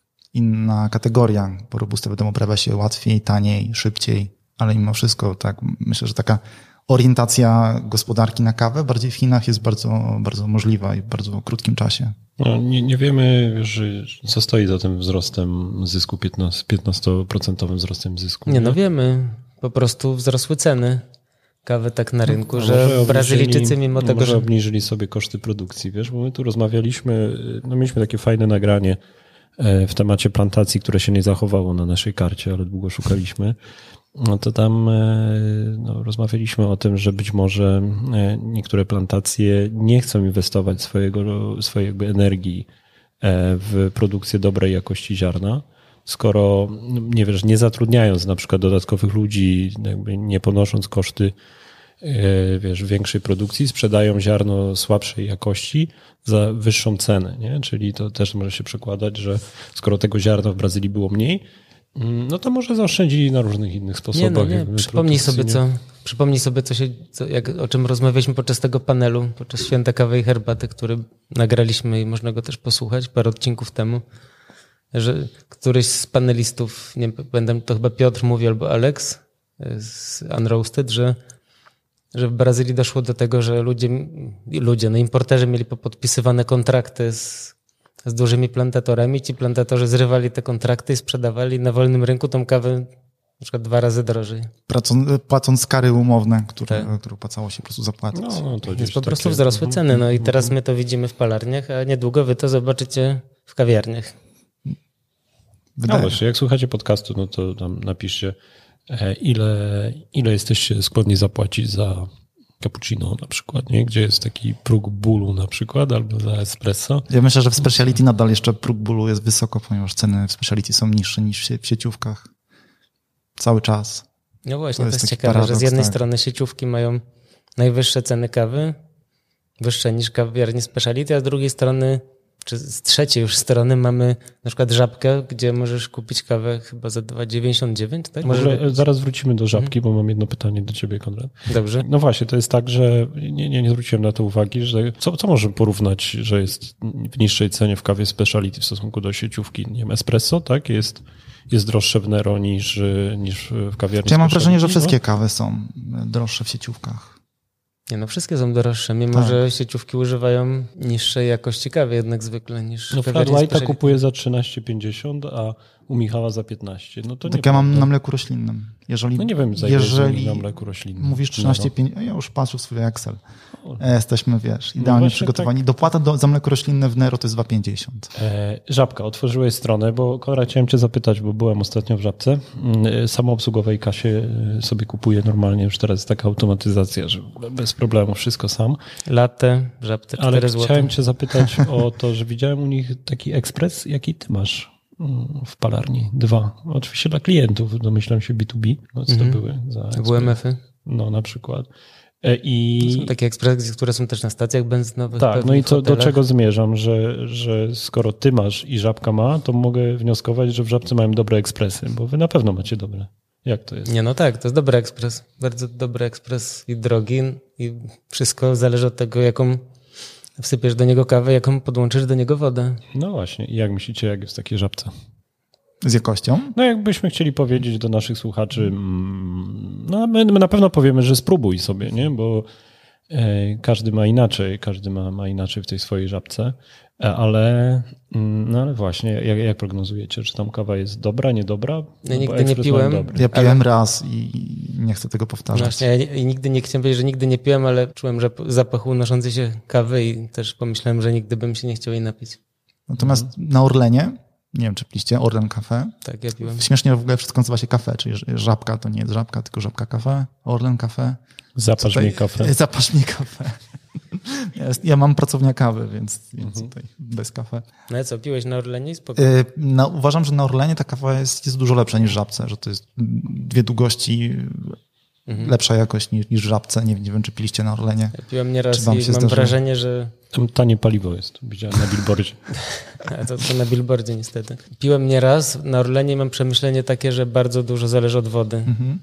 inna kategoria, bo robusta wiadomo uprawia się łatwiej, taniej, szybciej, ale mimo wszystko tak myślę, że taka orientacja gospodarki na kawę bardziej w Chinach jest bardzo, bardzo możliwa i w bardzo krótkim czasie. No, nie, nie wiemy, że co stoi za tym wzrostem zysku, piętnastoprocentowym wzrostem zysku. Nie, no wiemy, po prostu wzrosły ceny kawy tak na rynku, no, że Brazylijczycy mimo tego, może że... obniżyli sobie koszty produkcji, wiesz, bo my tu rozmawialiśmy, no mieliśmy takie fajne nagranie w temacie plantacji, które się nie zachowało na naszej karcie, ale długo szukaliśmy. No to tam no, rozmawialiśmy o tym, że być może niektóre plantacje nie chcą inwestować swojego, swojej jakby energii w produkcję dobrej jakości ziarna, skoro nie wiesz, nie zatrudniając na przykład dodatkowych ludzi, jakby nie ponosząc koszty wiesz, większej produkcji, sprzedają ziarno słabszej jakości za wyższą cenę, nie? Czyli to też może się przekładać, że skoro tego ziarna w Brazylii było mniej, no to może zaoszczędzili na różnych innych sposobach. Nie, no nie. Przypomnij sobie, co, przypomnij sobie co się, co, jak, o czym rozmawialiśmy podczas tego panelu, podczas Święta Kawy i Herbaty, który nagraliśmy i można go też posłuchać parę odcinków temu, że któryś z panelistów, nie będę, to chyba Piotr mówi albo Alex z Unroasted, że że w Brazylii doszło do tego, że ludzie, ludzie no importerzy mieli podpisywane kontrakty z, z dużymi plantatorami. Ci plantatorzy zrywali te kontrakty i sprzedawali na wolnym rynku tą kawę na przykład dwa razy drożej. Płacąc, płacąc kary umowne, które, Tak. które opłacało się po prostu zapłacić. No, no to Więc gdzieś po prostu takie- wzrosły ceny. No i teraz my to widzimy w palarniach, a niedługo wy to zobaczycie w kawiarniach. No Wydaje. właśnie, jak słuchacie podcastu, no to tam napiszcie, e, ile, ile jesteście skłonni zapłacić za cappuccino na przykład, nie? Gdzie jest taki próg bólu na przykład, albo za espresso. Ja myślę, że w speciality nadal jeszcze próg bólu jest wysoko, ponieważ ceny w speciality są niższe niż w sieciówkach. Cały czas. No właśnie, To to jest jest, taki ciekawe, że paradoks, z jednej tak. strony sieciówki mają najwyższe ceny kawy, wyższe niż kawiarnie speciality, a z drugiej strony, czy z trzeciej już strony mamy na przykład Żabkę, gdzie możesz kupić kawę chyba za dwa dziewięćdziesiąt dziewięć, tak? Może Może... zaraz wrócimy do Żabki, bo mam jedno pytanie do ciebie, Konrad. Dobrze. No właśnie, to jest tak, że nie, nie, nie zwróciłem na to uwagi, że co, co może porównać, że jest w niższej cenie w kawie speciality w stosunku do sieciówki? Nie wiem, espresso, tak? Jest, jest droższe w Nero niż, niż w kawiarni. Czy ja mam wrażenie, że speciality, wszystkie no? kawy są droższe w sieciówkach. Nie no, wszystkie są droższe, mimo Tak. że sieciówki używają niższej jakości kawy jednak zwykle niż No kawiarnie Flat White'a speciality. kupuję za trzynaście pięćdziesiąt, a u Michała za piętnaście. No to Tak nie ja mam prawda. na mleku roślinnym. Jeżeli, No nie wiem, za ile jeżeli na mleku roślinnym. mówisz trzynaście No. pięćdziesiąt, ja już patrzę w swój Excel. O. E, Jesteśmy, wiesz, idealnie właśnie przygotowani. Dopłata do, za mleko roślinne w Nero to jest dwa pięćdziesiąt. E, Żabka, otworzyłeś stronę, bo Konrad, chciałem cię zapytać, bo byłem ostatnio w Żabce. Mm, samoobsługowej kasie e, sobie kupuję normalnie, już teraz jest taka automatyzacja, że bez problemu wszystko sam. Latte, w Żabce Ale cztery złote. chciałem cię zapytać o to, że widziałem u nich taki ekspres, jaki ty masz mm, w palarni. Dwa. Oczywiście dla klientów, domyślam się B dwa B. No co Mhm. to były za ekspres? W M F-y. No na przykład. E, I Są takie ekspresy, które są też na stacjach benzynowych. tak, pewnie no i w co, do hotelach. czego zmierzam, że, że skoro ty masz i Żabka ma, to mogę wnioskować, że w Żabce mają dobre ekspresy, bo wy na pewno macie dobre. Jak to jest? Nie, no tak, to jest dobry ekspres. Bardzo dobry ekspres i drogi i wszystko zależy od tego, jaką wsypiesz do niego kawę, jaką podłączysz do niego wodę. No właśnie, i jak myślicie, jak jest w takiej Żabce? Z jakością? No jakbyśmy chcieli powiedzieć do naszych słuchaczy, mm, no my, my na pewno powiemy, że spróbuj sobie, nie? Bo e, każdy ma inaczej, każdy ma, ma inaczej w tej swojej Żabce, e, ale, mm, no ale właśnie, jak, jak prognozujecie, czy tam kawa jest dobra, niedobra? No, bo nigdy nie ekspres mają piłem. dobry. Ja piłem raz i i nie chcę tego No powtarzać. właśnie, ja nie- i nigdy nie chciałem powiedzieć, że nigdy nie piłem, ale czułem, że zapach unoszącej się kawy i też pomyślałem, że nigdy bym się nie chciał jej napić. Natomiast na Orlenie, nie wiem czy piliście, Orlen Cafe, Tak, ja piłem. śmiesznie w ogóle wszystko nazywa się kafe, czyli Żabka to nie jest Żabka, tylko Żabka Cafe, Orlen Cafe. Zapasz Tutaj- mnie kawę. Zapasz mnie kawę. Ja, jest- ja mam pracownię kawy, więc, więc Mhm. tutaj bez kawy. No i co, piłeś na Orlenie i spoko. Yy, No, uważam, że na Orlenie ta kawa jest, jest dużo lepsza niż w Żabce, że to jest dwie długości, Mhm. lepsza jakość niż, niż w Żabce. Nie, nie wiem, czy piliście na Orlenie. Ja piłem nieraz Czy wam i się mam zdarzyło? wrażenie, że Tam tanie paliwo jest, widziałem na billboardzie. a to, to na billboardzie niestety. Piłem nieraz na Orlenie i mam przemyślenie takie, że bardzo dużo zależy od wody. Mhm.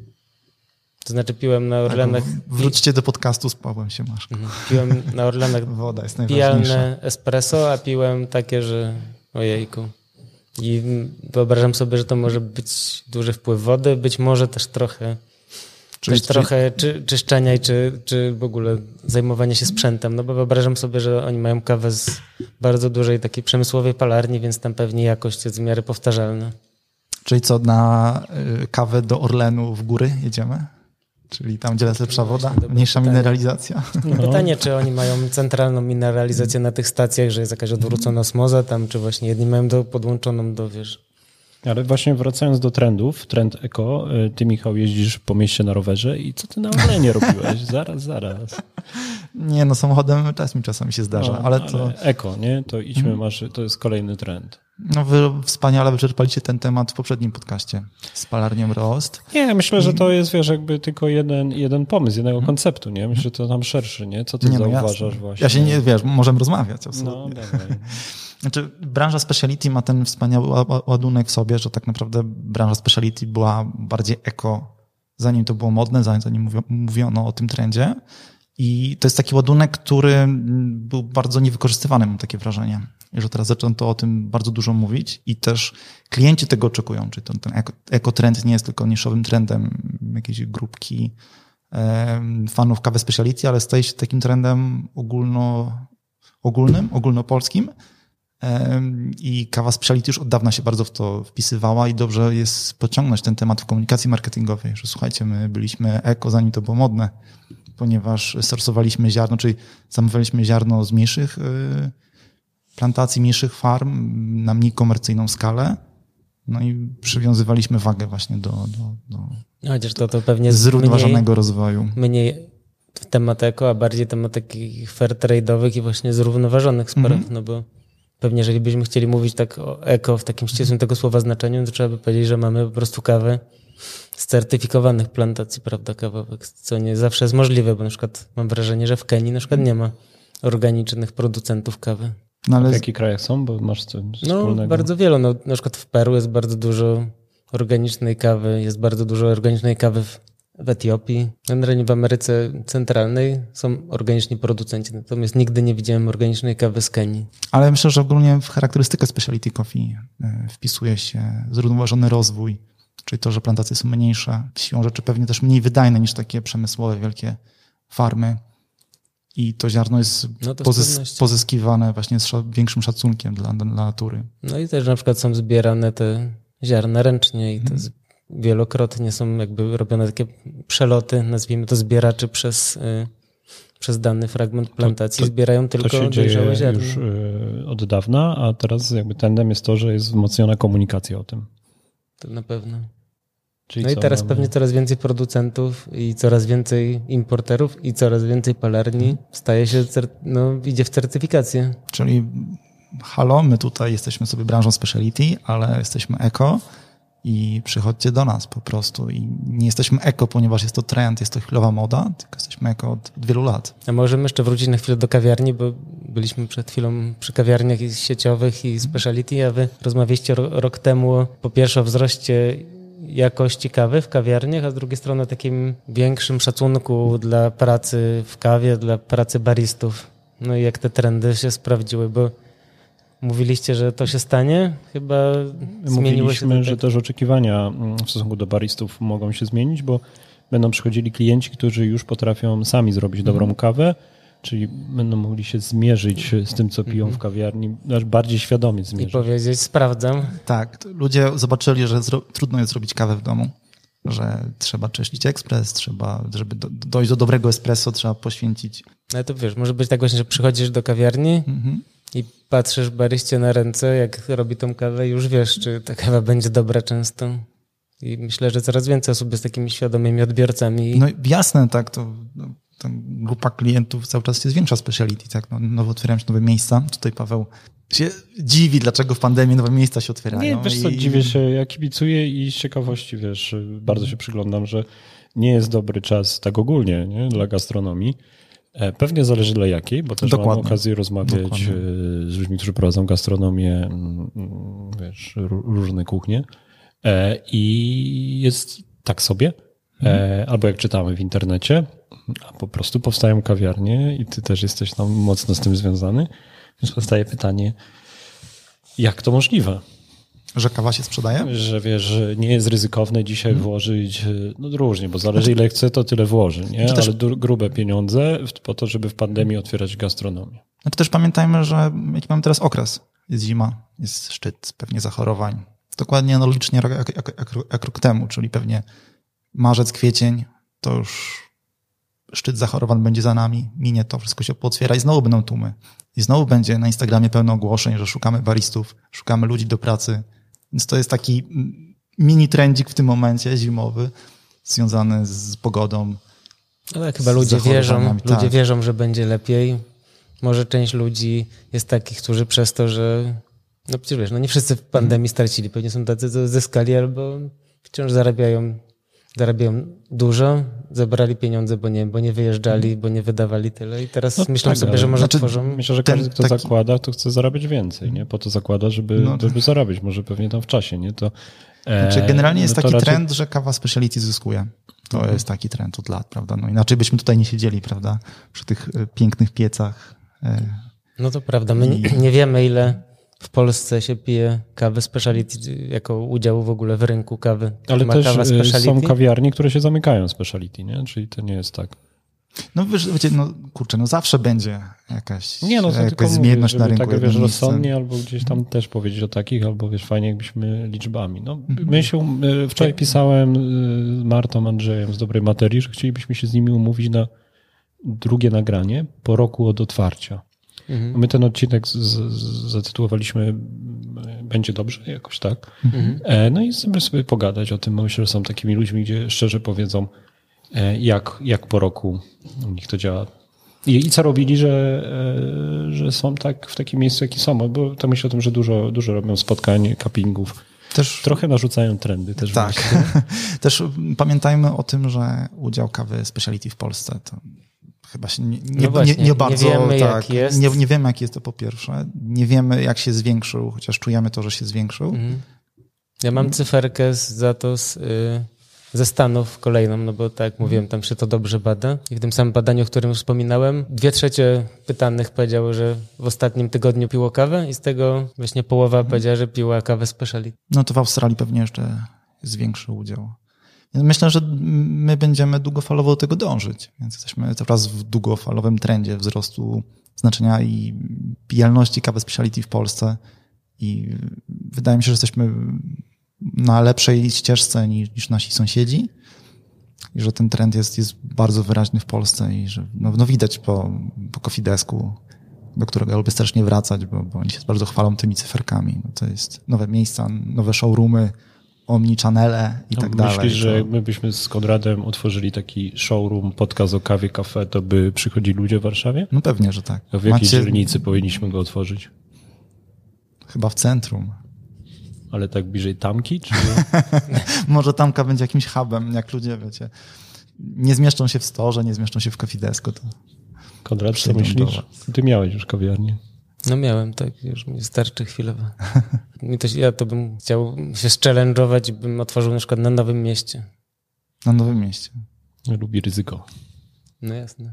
To znaczy piłem na Orlenach, Wróćcie do podcastu z Pawłem Siemaszką. Mhm. piłem na Orlenach Woda jest najważniejsza. pijalne espresso, a piłem takie, że ojejku. I wyobrażam sobie, że to może być duży wpływ wody, być może też trochę Czyli- też trochę czy, czyszczenia i czy, czy w ogóle zajmowanie się sprzętem, no bo wyobrażam sobie, że oni mają kawę z bardzo dużej takiej przemysłowej palarni, więc tam pewnie jakość jest w miarę powtarzalna. Czyli co, na y, kawę do Orlenu w góry jedziemy? Czyli tam, gdzie jest lepsza woda, dobre mniejsza pytanie. mineralizacja? No. Pytanie, czy oni mają centralną mineralizację na tych stacjach, że jest jakaś odwrócona osmoza tam, czy właśnie jedni mają do, podłączoną do, wiesz... Ale właśnie wracając do trendów, trend eko, y, ty Michał jeździsz po mieście na rowerze i co ty na Orlenie robiłeś? Zaraz, zaraz. Nie, no samochodem czas mi czasami się zdarza, No, ale to... Eko, nie? To idźmy, masz, to jest kolejny trend. No wy wspaniale wyczerpaliście ten temat w poprzednim podcaście z palarnią Roast. Nie, myślę, że to jest, wiesz, jakby tylko jeden, jeden pomysł, jednego konceptu, nie? Myślę, że to tam szerszy, nie? Co ty Nie, no zauważasz jasne. właśnie? Ja się nie, wiesz, możemy rozmawiać. No, Absolutnie. dawaj. Znaczy, branża speciality ma ten wspaniały ła- ładunek w sobie, że tak naprawdę branża speciality była bardziej eko, zanim to było modne, zanim, zanim mówio, mówiono o tym trendzie. I to jest taki ładunek, który był bardzo niewykorzystywany, mam takie wrażenie. I że teraz zaczęto o tym bardzo dużo mówić i też klienci tego oczekują, czyli ten, ten eko, ekotrend nie jest tylko niszowym trendem jakiejś grupki e, fanów kawy speciality, ale staje się takim trendem ogólno, ogólnym, ogólnopolskim, I kawa speciality już od dawna się bardzo w to wpisywała i dobrze jest pociągnąć ten temat w komunikacji marketingowej, że słuchajcie, my byliśmy eko, zanim to było modne, ponieważ sorsowaliśmy ziarno, czyli zamawialiśmy ziarno z mniejszych plantacji, mniejszych farm na mniej komercyjną skalę, no i przywiązywaliśmy wagę właśnie do, do, do chociaż to, to pewnie zrównoważonego mniej, rozwoju. Mniej w temat eko, a bardziej temat takich fair trade'owych i właśnie zrównoważonych spraw, mm-hmm. no bo pewnie jeżeli byśmy chcieli mówić tak o eko w takim ścisłym tego słowa znaczeniu, to trzeba by powiedzieć, że mamy po prostu kawę z certyfikowanych plantacji, prawda, kawowych, co nie zawsze jest możliwe, bo na przykład mam wrażenie, że w Kenii na przykład nie ma organicznych producentów kawy. No ale w jakich krajach są? Bo masz coś wspólnego. No bardzo wiele. No, na przykład w Peru jest bardzo dużo organicznej kawy, jest bardzo dużo organicznej kawy w, w Etiopii. Generalnie w Ameryce Centralnej są organiczni producenci, natomiast nigdy nie widziałem organicznej kawy z Kenii. Ale myślę, że ogólnie w charakterystykę specialty coffee wpisuje się zrównoważony rozwój, czyli to, że plantacje są mniejsze, siłą rzeczy pewnie też mniej wydajne niż takie przemysłowe, wielkie farmy. I to ziarno jest no to pozys- pozyskiwane właśnie z sz- większym szacunkiem dla, dla natury. No i też na przykład są zbierane te ziarna ręcznie i to hmm. wielokrotnie są jakby robione takie przeloty, nazwijmy to zbieraczy przez, y, przez dany fragment plantacji. To, to, zbierają tylko to się dojrzałe dzieje ziarno. Już y, od dawna, a teraz jakby trendem jest to, że jest wzmocniona komunikacja o tym. To na pewno. Czyli no i teraz mamy... pewnie coraz więcej producentów i coraz więcej importerów i coraz więcej palarni staje się, no idzie w certyfikację. Czyli halo, my tutaj jesteśmy sobie branżą speciality, ale jesteśmy eko i przychodźcie do nas po prostu. I nie jesteśmy eko, ponieważ jest to trend, jest to chwilowa moda, tylko jesteśmy eko od, od wielu lat. A możemy jeszcze wrócić na chwilę do kawiarni, bo byliśmy przed chwilą przy kawiarniach sieciowych i speciality, a wy rozmawialiście rok temu po pierwsze o wzroście jakości kawy w kawiarniach, a z drugiej strony takim większym szacunku dla pracy w kawie, dla pracy baristów. No i jak te trendy się sprawdziły, bo mówiliście, że to się stanie? Chyba zmieniło się. Mówiliśmy, że też oczekiwania w stosunku do baristów mogą się zmienić, bo będą przychodzili klienci, którzy już potrafią sami zrobić dobrą mm. kawę, czyli będą mogli się zmierzyć z tym, co piją w kawiarni, aż bardziej świadomie zmierzyć. I powiedzieć, sprawdzam. Tak, ludzie zobaczyli, że zro- trudno jest zrobić kawę w domu, że trzeba czyścić ekspres, trzeba, żeby do, dojść do dobrego espresso, trzeba poświęcić. Ale to wiesz, może być tak właśnie, że przychodzisz do kawiarni mhm. i patrzysz baryście na ręce, jak robi tą kawę i już wiesz, czy ta kawa będzie dobra często. I myślę, że coraz więcej osób jest takimi świadomymi odbiorcami. No jasne, tak, to... No. Ta grupa klientów cały czas się zwiększa speciality, tak? No, nowo otwierają się nowe miejsca. Tutaj Paweł się dziwi, dlaczego w pandemii nowe miejsca się otwierają. Nie, wiesz co, I... dziwię się, ja kibicuję i z ciekawości, wiesz, bardzo się przyglądam, że nie jest dobry czas tak ogólnie, nie, dla gastronomii. Pewnie zależy dla jakiej, bo też Dokładnie. mam okazję rozmawiać Dokładnie. z ludźmi, którzy prowadzą gastronomię, wiesz, różne kuchnie i jest tak sobie. Mhm. Albo jak czytamy w internecie, a po prostu powstają kawiarnie i ty też jesteś tam mocno z tym związany. Więc powstaje pytanie, jak to możliwe? Że kawa się sprzedaje? Że wiesz, że nie jest ryzykowne dzisiaj hmm. włożyć, no różnie, bo zależy ile chce, to tyle włoży, nie? To też... Ale grube pieniądze po to, żeby w pandemii otwierać gastronomię. No to też pamiętajmy, że jaki mamy teraz okres. Jest zima, jest szczyt pewnie zachorowań. Dokładnie analogicznie jak, jak, jak, jak rok temu, czyli pewnie marzec, kwiecień, to już szczyt zachorowań będzie za nami, minie to, wszystko się pootwiera i znowu będą tłumy. I znowu będzie na Instagramie pełno ogłoszeń, że szukamy baristów, szukamy ludzi do pracy. Więc to jest taki mini trendzik w tym momencie zimowy, związany z pogodą. No tak, chyba ludzie wierzą, ludzie tak. wierzą, że będzie lepiej. Może część ludzi jest takich, którzy przez to, że no przecież wiesz, no nie wszyscy w pandemii stracili, pewnie są tacy, co zyskali albo wciąż zarabiają zarabiają dużo, zebrali pieniądze, bo nie, bo nie wyjeżdżali, bo nie wydawali tyle i teraz no myślę tak, sobie, że może znaczy, tworzą... Myślę, że każdy, kto taki... zakłada, to chce zarabiać więcej, nie? Po to zakłada, żeby, no, żeby zarabiać, może pewnie tam w czasie, nie? To, e, znaczy generalnie jest no taki raczej... trend, że kawa speciality zyskuje. To mhm. jest taki trend od lat, prawda? No inaczej byśmy tutaj nie siedzieli, prawda? Przy tych pięknych piecach. No to prawda, my I... nie, nie wiemy, ile w Polsce się pije kawy speciality jako udziału w ogóle w rynku kawy. Ale Ma też kawa są kawiarnie, które się zamykają speciality, nie? Czyli to nie jest tak. No wiesz, wiecie, no kurczę, no zawsze będzie jakaś, nie, no, to jakaś tylko zmienność mówię, na rynku. Tak, wiesz, miejsce. rozsądnie, albo gdzieś tam też powiedzieć o takich, albo wiesz, fajnie jakbyśmy liczbami. No, my się, wczoraj pisałem z Martą, Andrzejem z Dobrej Materii, że chcielibyśmy się z nimi umówić na drugie nagranie po roku od otwarcia. Mhm. My ten odcinek z, z, zatytułowaliśmy Będzie dobrze, jakoś tak. Mhm. No i sobie, sobie pogadać o tym. Myślę, że są takimi ludźmi, gdzie szczerze powiedzą, jak, jak po roku u nich to działa. I, i co robili, że, że są tak w takim miejscu, jaki są. Bo to myślę o tym, że dużo, dużo robią spotkań, cuppingów. Też, Trochę narzucają trendy. Też tak. Też pamiętajmy o tym, że udział kawy speciality w Polsce to chyba się nie, nie, no właśnie, nie, nie bardzo... Nie wiemy, tak, jak jest. Nie, nie wiemy, jak jest to po pierwsze. Nie wiemy, jak się zwiększył, chociaż czujemy to, że się zwiększył. Mhm. Ja mam cyferkę z, za to z, y, ze Stanów kolejną, no bo tak jak mówiłem, tam się to dobrze bada. I w tym samym badaniu, o którym wspominałem, dwie trzecie pytanych powiedziało, że w ostatnim tygodniu piło kawę i z tego właśnie połowa mhm. powiedziała, że piła kawę speciality. No to w Australii pewnie jeszcze jest większy udział. Myślę, że my będziemy długofalowo do tego dążyć, więc jesteśmy coraz w długofalowym trendzie wzrostu znaczenia i pijalności kawy speciality w Polsce i wydaje mi się, że jesteśmy na lepszej ścieżce niż, niż nasi sąsiedzi i że ten trend jest, jest bardzo wyraźny w Polsce i że no, no widać po, po Coffee Desku, do którego ja lubię strasznie wracać, bo, bo oni się bardzo chwalą tymi cyferkami. No to jest nowe miejsca, nowe showroomy, omnichannele i no, tak dalej. Myślisz, że to... jakby byśmy z Konradem otworzyli taki showroom, podcast o kawie, kafe, to by przychodzili ludzie w Warszawie? No pewnie, że tak. A w jakiej Macie... dzielnicy powinniśmy go otworzyć? Chyba w centrum. Ale tak bliżej Tamki? Czy... Może Tamka będzie jakimś hubem, jak ludzie, wiecie, nie zmieszczą się w storze, nie zmieszczą się w Coffee Desku. To Konrad, co myślisz? Ty miałeś już kawiarnię. No miałem, tak, już mi starczy chwilowo. Mi to, ja to bym chciał się zchallenge'ować i bym otworzył na przykład na Nowym Mieście. Na Nowym Mieście. Lubi ryzyko. No jasne.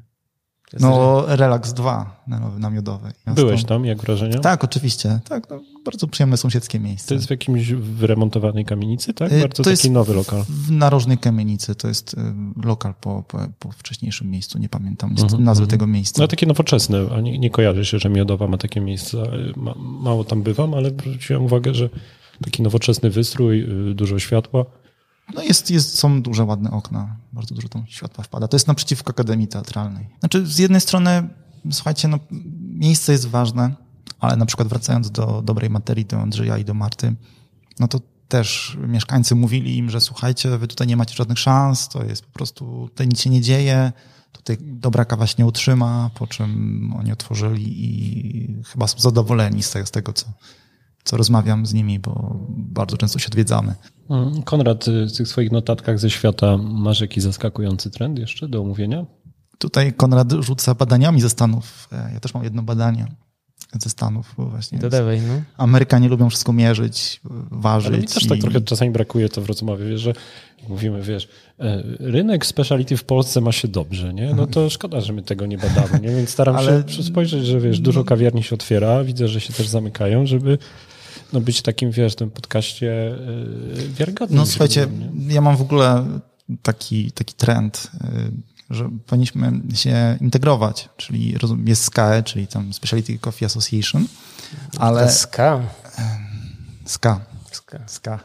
No Relax dwa na Nowej Namiodowej. Byłeś tam, jak wrażenia? Tak, oczywiście. Tak, no, bardzo przyjemne sąsiedzkie miejsce. To jest w jakimś wyremontowanej kamienicy, tak? Bardzo to taki jest nowy lokal. W narożnej kamienicy. To jest lokal po, po, po wcześniejszym miejscu. Nie pamiętam uh-huh, nazwy uh-huh. tego miejsca. No takie nowoczesne, a nie, nie kojarzy się, że Miodowa ma takie miejsca. Ma, mało tam bywam, ale zwróciłem uwagę, że taki nowoczesny wystrój, dużo światła. No jest, jest, są duże, ładne okna. Bardzo dużo tam światła wpada. To jest naprzeciwko Akademii Teatralnej. Znaczy z jednej strony, słuchajcie, no miejsce jest ważne, ale na przykład wracając do Dobrej Materii, do Andrzeja i do Marty, no to też mieszkańcy mówili im, że słuchajcie, wy tutaj nie macie żadnych szans, to jest po prostu, tutaj nic się nie dzieje, tutaj dobra kawa się nie utrzyma, po czym oni otworzyli i chyba są zadowoleni z tego, z tego co, co rozmawiam z nimi, bo bardzo często się odwiedzamy. Konrad, w tych swoich notatkach ze świata masz jakiś zaskakujący trend jeszcze do omówienia? Tutaj Konrad rzuca badaniami ze Stanów. Ja też mam jedno badanie ze Stanów, bo właśnie Dodawaj, no. Amerykanie lubią wszystko mierzyć, ważyć. Ale mi też i... tak trochę czasami brakuje to w rozmowie, wiesz, że mówimy, wiesz, rynek speciality w Polsce ma się dobrze, nie? No to szkoda, że my tego nie badamy, nie? Więc staram Ale... się spojrzeć, że wiesz, dużo kawiarni się otwiera, widzę, że się też zamykają, żeby no być takim, wiesz, w tym podcaście wiarygodnym. No słuchajcie, nie? Ja mam w ogóle taki, taki trend, że powinniśmy się integrować, czyli jest S K E, czyli tam Specialty Coffee Association, ale... S K? S K. S K.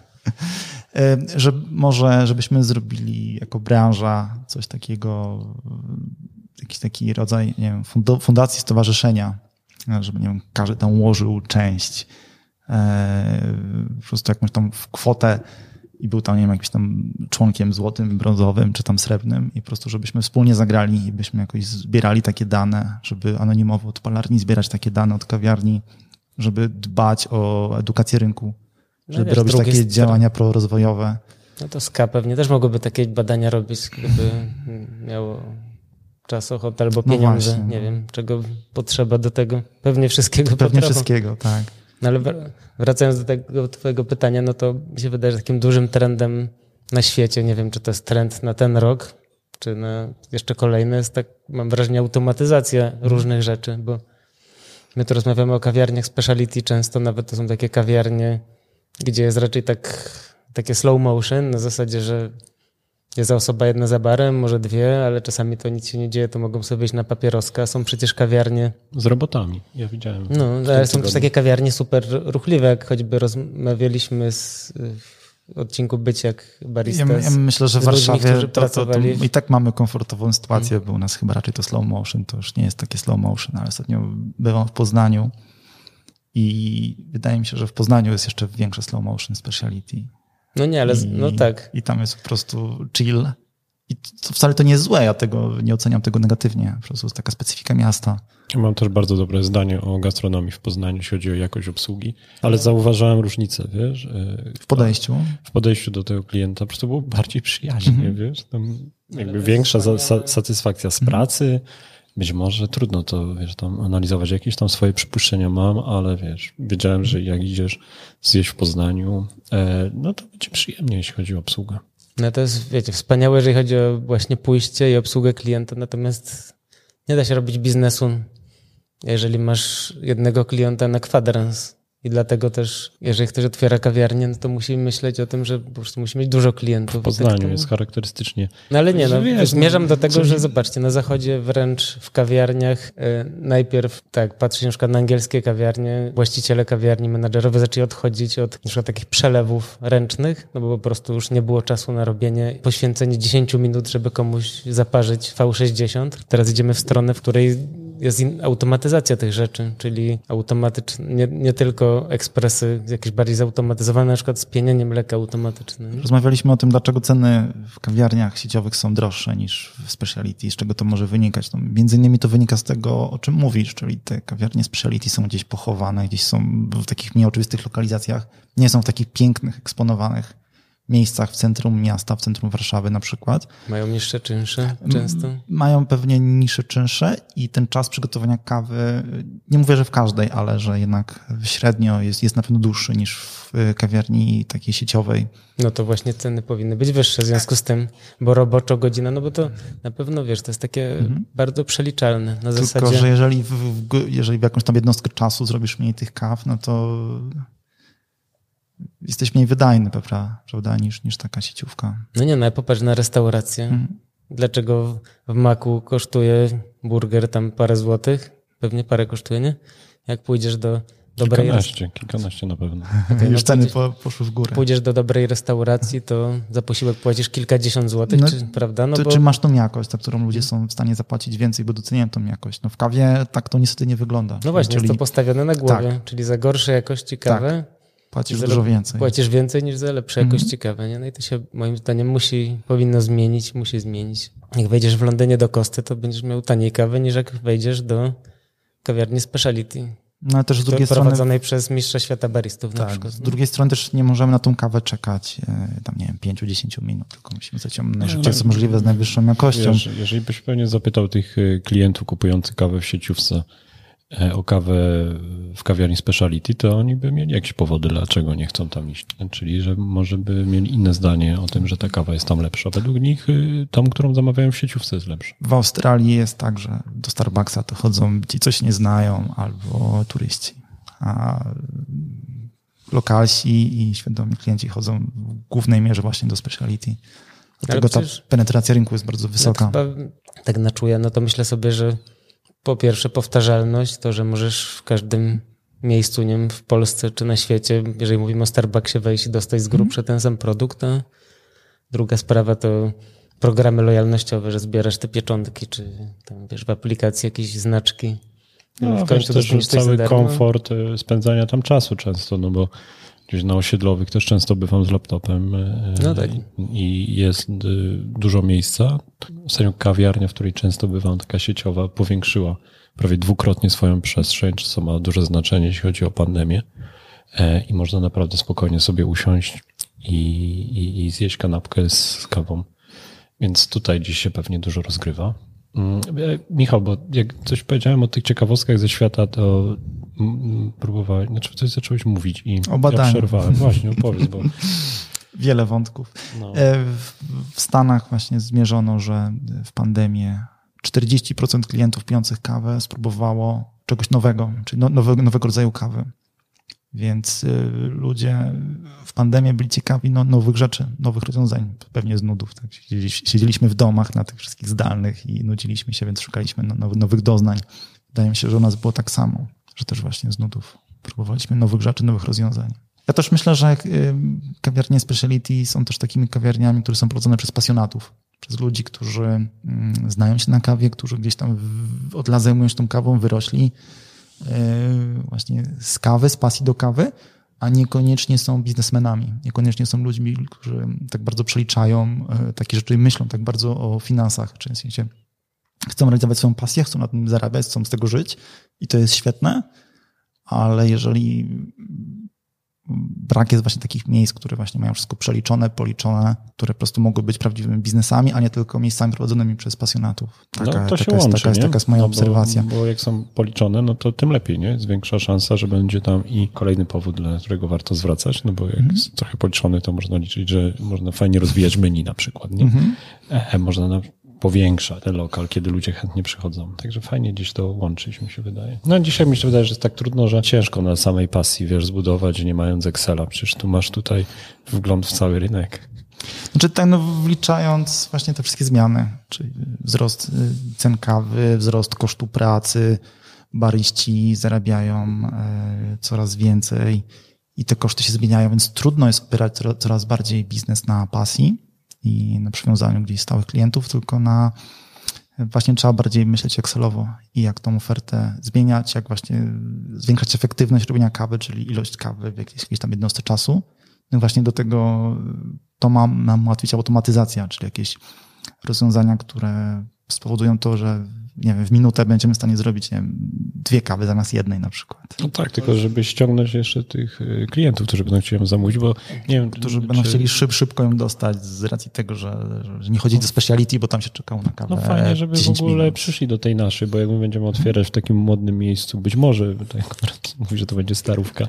Że może, żebyśmy zrobili jako branża coś takiego, jakiś taki rodzaj, nie wiem, fundacji, stowarzyszenia, żeby, nie wiem, każdy tam ułożył część, po prostu jakąś tam kwotę i był tam, nie wiem, jakimś tam członkiem złotym, brązowym czy tam srebrnym i po prostu, żebyśmy wspólnie zagrali i byśmy jakoś zbierali takie dane, żeby anonimowo od palarni zbierać takie dane od kawiarni, żeby dbać o edukację rynku, no żeby wiesz, robić takie strony. działania prorozwojowe. No to S K pewnie też mogłoby takie badania robić, gdyby miało czas, ochotę albo pieniądze. No właśnie, nie no. wiem, czego potrzeba do tego. Pewnie wszystkiego Pewnie potrzeba. wszystkiego, tak. No ale wracając do tego twojego pytania, no to mi się wydaje, że takim dużym trendem na świecie, nie wiem, czy to jest trend na ten rok, czy na jeszcze kolejny, jest tak, mam wrażenie, automatyzacja różnych rzeczy, bo my tu rozmawiamy o kawiarniach speciality, często nawet to są takie kawiarnie, gdzie jest raczej tak, takie slow motion, na zasadzie, że jest osoba jedna za barem, może dwie, ale czasami to nic się nie dzieje, to mogą sobie wyjść na papieroska. Są przecież kawiarnie. Z robotami, ja widziałem. No, ale są też takie kawiarnie super ruchliwe, jak choćby rozmawialiśmy z, w odcinku Być jak barista. Ja, ja myślę, że w Warszawie ludźmi, to, to, to i tak mamy komfortową sytuację, hmm. bo u nas chyba raczej to slow motion, to już nie jest takie slow motion, ale ostatnio bywam w Poznaniu i wydaje mi się, że w Poznaniu jest jeszcze większe slow motion speciality. No nie, ale I, no tak. I tam jest po prostu chill. I to wcale to nie jest złe, ja tego nie oceniam tego negatywnie. Po prostu jest taka specyfika miasta. Ja mam też bardzo dobre zdanie o gastronomii w Poznaniu, jeśli chodzi o jakość obsługi, ale zauważałem różnicę, wiesz. W podejściu? W podejściu do tego klienta. Po prostu było bardziej przyjaźnie, mm-hmm. wiesz. Tam jakby większa za, sa, satysfakcja z pracy. Być może trudno to, wiesz, tam analizować. Jakieś tam swoje przypuszczenia mam, ale wiesz, wiedziałem, że jak idziesz zjeść w Poznaniu, e, no to będzie przyjemnie, jeśli chodzi o obsługę. No to jest, wiecie, wspaniałe, jeżeli chodzi o właśnie pójście i obsługę klienta, natomiast nie da się robić biznesu, jeżeli masz jednego klienta na kwadrans. I dlatego też, jeżeli ktoś otwiera kawiarnię, no to musi myśleć o tym, że po prostu musi mieć dużo klientów. W Poznaniu tak to... jest charakterystycznie. No ale nie, no, wiesz, zmierzam no, do tego, coś... że zobaczcie, na zachodzie wręcz w kawiarniach yy, najpierw, tak, patrzcie na przykład na angielskie kawiarnie, właściciele kawiarni, menadżerowie zaczęli odchodzić od na przykład takich przelewów ręcznych, no bo po prostu już nie było czasu na robienie, poświęcenie dziesięć minut, żeby komuś zaparzyć V sześćdziesiąt. Teraz idziemy w stronę, w której jest automatyzacja tych rzeczy, czyli automatyczne, nie, nie tylko ekspresy, jakieś bardziej zautomatyzowane, na przykład z pienieniem mleka automatycznym. Rozmawialiśmy o tym, dlaczego ceny w kawiarniach sieciowych są droższe niż w speciality, z czego to może wynikać. No, między innymi to wynika z tego, o czym mówisz, czyli te kawiarnie speciality są gdzieś pochowane, gdzieś są w takich mniej oczywistych lokalizacjach, nie są w takich pięknych, eksponowanych miejscach w centrum miasta, w centrum Warszawy na przykład. Mają niższe czynsze często? Mają pewnie niższe czynsze i ten czas przygotowania kawy, nie mówię, że w każdej, ale że jednak średnio jest, jest na pewno dłuższy niż w kawiarni takiej sieciowej. No to właśnie ceny powinny być wyższe w związku z tym, bo roboczo godzina, no bo to na pewno, wiesz, to jest takie mhm. bardzo przeliczalne. Na Tylko, zasadzie... że jeżeli w, jeżeli w jakąś tam jednostkę czasu zrobisz mniej tych kaw, no to jesteś mniej wydajny, prawda, prawda niż, niż taka sieciówka. No nie, no ale popatrz na restaurację. Hmm. Dlaczego w Macu kosztuje burger tam parę złotych? Pewnie parę kosztuje, nie? Jak pójdziesz do dobrej... Kilkanaście, kilkanaście na pewno. Okay, już no ceny po, poszły w górę. Pójdziesz do dobrej restauracji, to za posiłek płacisz kilkadziesiąt złotych, no, czy, prawda? No to, bo... Czy masz tą jakość, za którą ludzie są w stanie zapłacić więcej, bo doceniają tą jakość. No w kawie tak to niestety nie wygląda. No właśnie, czyli... jest to postawione na głowie, tak. czyli za gorszej jakości kawę tak. Płacisz dużo więcej. Płacisz więcej niż za lepszej mm-hmm. jakości kawę. Nie? No i to się moim zdaniem musi, powinno zmienić, musi zmienić. Jak wejdziesz w Londynie do Kosty, to będziesz miał taniej kawy niż jak wejdziesz do kawiarni speciality. No ale też z drugiej strony... prowadzonej przez mistrza świata baristów tak, na przykład. Z drugiej strony też nie możemy na tą kawę czekać tam nie wiem, pięć do dziesięciu minut, tylko musimy zaciągnąć najszybciej co możliwe z najwyższą jakością. Wiesz, jeżeli byś pewnie zapytał tych klientów kupujących kawę w sieciówce o kawę w kawiarni speciality, to oni by mieli jakieś powody, dlaczego nie chcą tam iść. Czyli, że może by mieli inne zdanie o tym, że ta kawa jest tam lepsza. Według nich tam, którą zamawiają w sieciówce, jest lepsza. W Australii jest tak, że do Starbucksa to chodzą ci, co się nie znają, albo turyści. A lokalsi i świadomi klienci chodzą w głównej mierze właśnie do speciality. Dlatego ta penetracja rynku jest bardzo wysoka. Ja chyba tak na czuję, no to myślę sobie, że po pierwsze powtarzalność, to, że możesz w każdym miejscu, nie wiem, w Polsce czy na świecie, jeżeli mówimy o Starbucksie, wejść i dostać z grubsza ten sam produkt. A druga sprawa to programy lojalnościowe, że zbierasz te pieczątki, czy tam, wiesz, w aplikacji jakieś znaczki. No, w końcu też cały komfort spędzania tam czasu często, no bo gdzieś na osiedlowych też często bywam z laptopem no tak. i jest dużo miejsca. Ostatnio kawiarnia, w której często bywam, taka sieciowa, powiększyła prawie dwukrotnie swoją przestrzeń, co ma duże znaczenie, jeśli chodzi o pandemię. I można naprawdę spokojnie sobie usiąść i, i, i zjeść kanapkę z kawą. Więc tutaj dziś się pewnie dużo rozgrywa. Michał, bo jak coś powiedziałem o tych ciekawostkach ze świata, to próbowałem, znaczy coś zacząłeś mówić i o ja przerwałem. Właśnie, opowiedz, bo... Wiele wątków. No. W Stanach właśnie zmierzono, że w pandemię czterdzieści procent klientów pijących kawę spróbowało czegoś nowego, czyli nowego, nowego rodzaju kawy. Więc ludzie w pandemii byli ciekawi no, nowych rzeczy, nowych rozwiązań, pewnie z nudów. Tak? Siedzieliśmy w domach na tych wszystkich zdalnych i nudziliśmy się, więc szukaliśmy nowych doznań. Wydaje mi się, że u nas było tak samo, że też właśnie z nudów próbowaliśmy nowych rzeczy, nowych rozwiązań. Ja też myślę, że kawiarnie speciality są też takimi kawiarniami, które są prowadzone przez pasjonatów, przez ludzi, którzy znają się na kawie, którzy gdzieś tam od lat zajmują się tą kawą, wyrośli właśnie z kawy, z pasji do kawy, a niekoniecznie są biznesmenami, niekoniecznie są ludźmi, którzy tak bardzo przeliczają takie rzeczy i myślą tak bardzo o finansach, czyli w sensie chcą realizować swoją pasję, chcą na tym zarabiać, chcą z tego żyć i to jest świetne, ale jeżeli brak jest właśnie takich miejsc, które właśnie mają wszystko przeliczone, policzone, które po prostu mogą być prawdziwymi biznesami, a nie tylko miejscami prowadzonymi przez pasjonatów. Taka, no, to się taka, łączy, jest, taka, jest, taka jest moja no, obserwacja. Bo, bo jak są policzone, no to tym lepiej, nie? Jest większa szansa, że będzie tam i kolejny powód, dla którego warto zwracać, no bo jak mm. jest trochę policzony, to można liczyć, że można fajnie rozwijać menu na przykład, nie? Mm-hmm. E, można na powiększa ten lokal, kiedy ludzie chętnie przychodzą. Także fajnie gdzieś to łączyć, mi się wydaje. No dzisiaj mi się wydaje, że jest tak trudno, że ciężko na samej pasji, wiesz, zbudować, nie mając Excela. Przecież tu masz tutaj wgląd w cały rynek. Znaczy tak, no wliczając właśnie te wszystkie zmiany, czyli wzrost cen kawy, wzrost kosztu pracy, baryści zarabiają coraz więcej i te koszty się zmieniają, więc trudno jest opierać coraz bardziej biznes na pasji i na przywiązaniu gdzieś stałych klientów, tylko na właśnie trzeba bardziej myśleć excelowo i jak tą ofertę zmieniać, jak właśnie zwiększać efektywność robienia kawy, czyli ilość kawy w jakiejś, jakiejś tam jednostce czasu. No właśnie do tego to ma nam ułatwić automatyzacja, czyli jakieś rozwiązania, które spowodują to, że nie wiem, w minutę będziemy w stanie zrobić, nie wiem, dwie kawy zamiast jednej na przykład. No tak, tylko żeby ściągnąć jeszcze tych klientów, którzy będą chcieli ją zamówić, bo nie wiem, którzy czy... będą chcieli szyb, szybko ją dostać z racji tego, że, że nie chodzi do speciality, bo tam się czekało na kawę. No fajnie, żeby w ogóle minut. przyszli do tej naszej, bo jak my będziemy otwierać w takim modnym miejscu, być może, tutaj mówi, że to będzie starówka,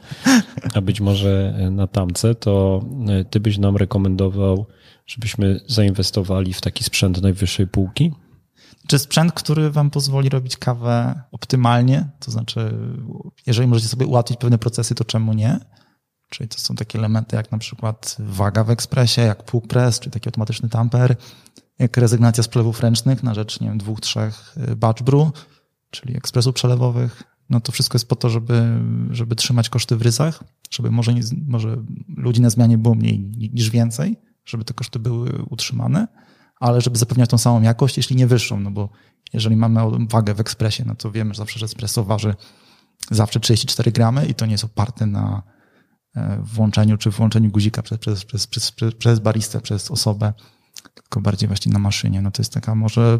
a być może na tamce, to ty byś nam rekomendował, żebyśmy zainwestowali w taki sprzęt najwyższej półki? Czy sprzęt, który wam pozwoli robić kawę optymalnie, to znaczy jeżeli możecie sobie ułatwić pewne procesy, to czemu nie? Czyli to są takie elementy jak na przykład waga w ekspresie, jak pług press, czy taki automatyczny tamper, jak rezygnacja z przelewów ręcznych na rzecz, nie wiem, dwóch, trzech batch brew, czyli ekspresów przelewowych. No to wszystko jest po to, żeby, żeby trzymać koszty w ryzach, żeby może, nie, może ludzi na zmianie było mniej niż więcej, żeby te koszty były utrzymane, ale żeby zapewniać tą samą jakość, jeśli nie wyższą, no bo jeżeli mamy wagę w ekspresie, no to wiemy zawsze, że espresso waży zawsze trzydzieści cztery gramy i to nie jest oparte na włączeniu czy włączeniu guzika przez, przez, przez, przez, przez baristę, przez osobę, tylko bardziej właśnie na maszynie. No to jest taka może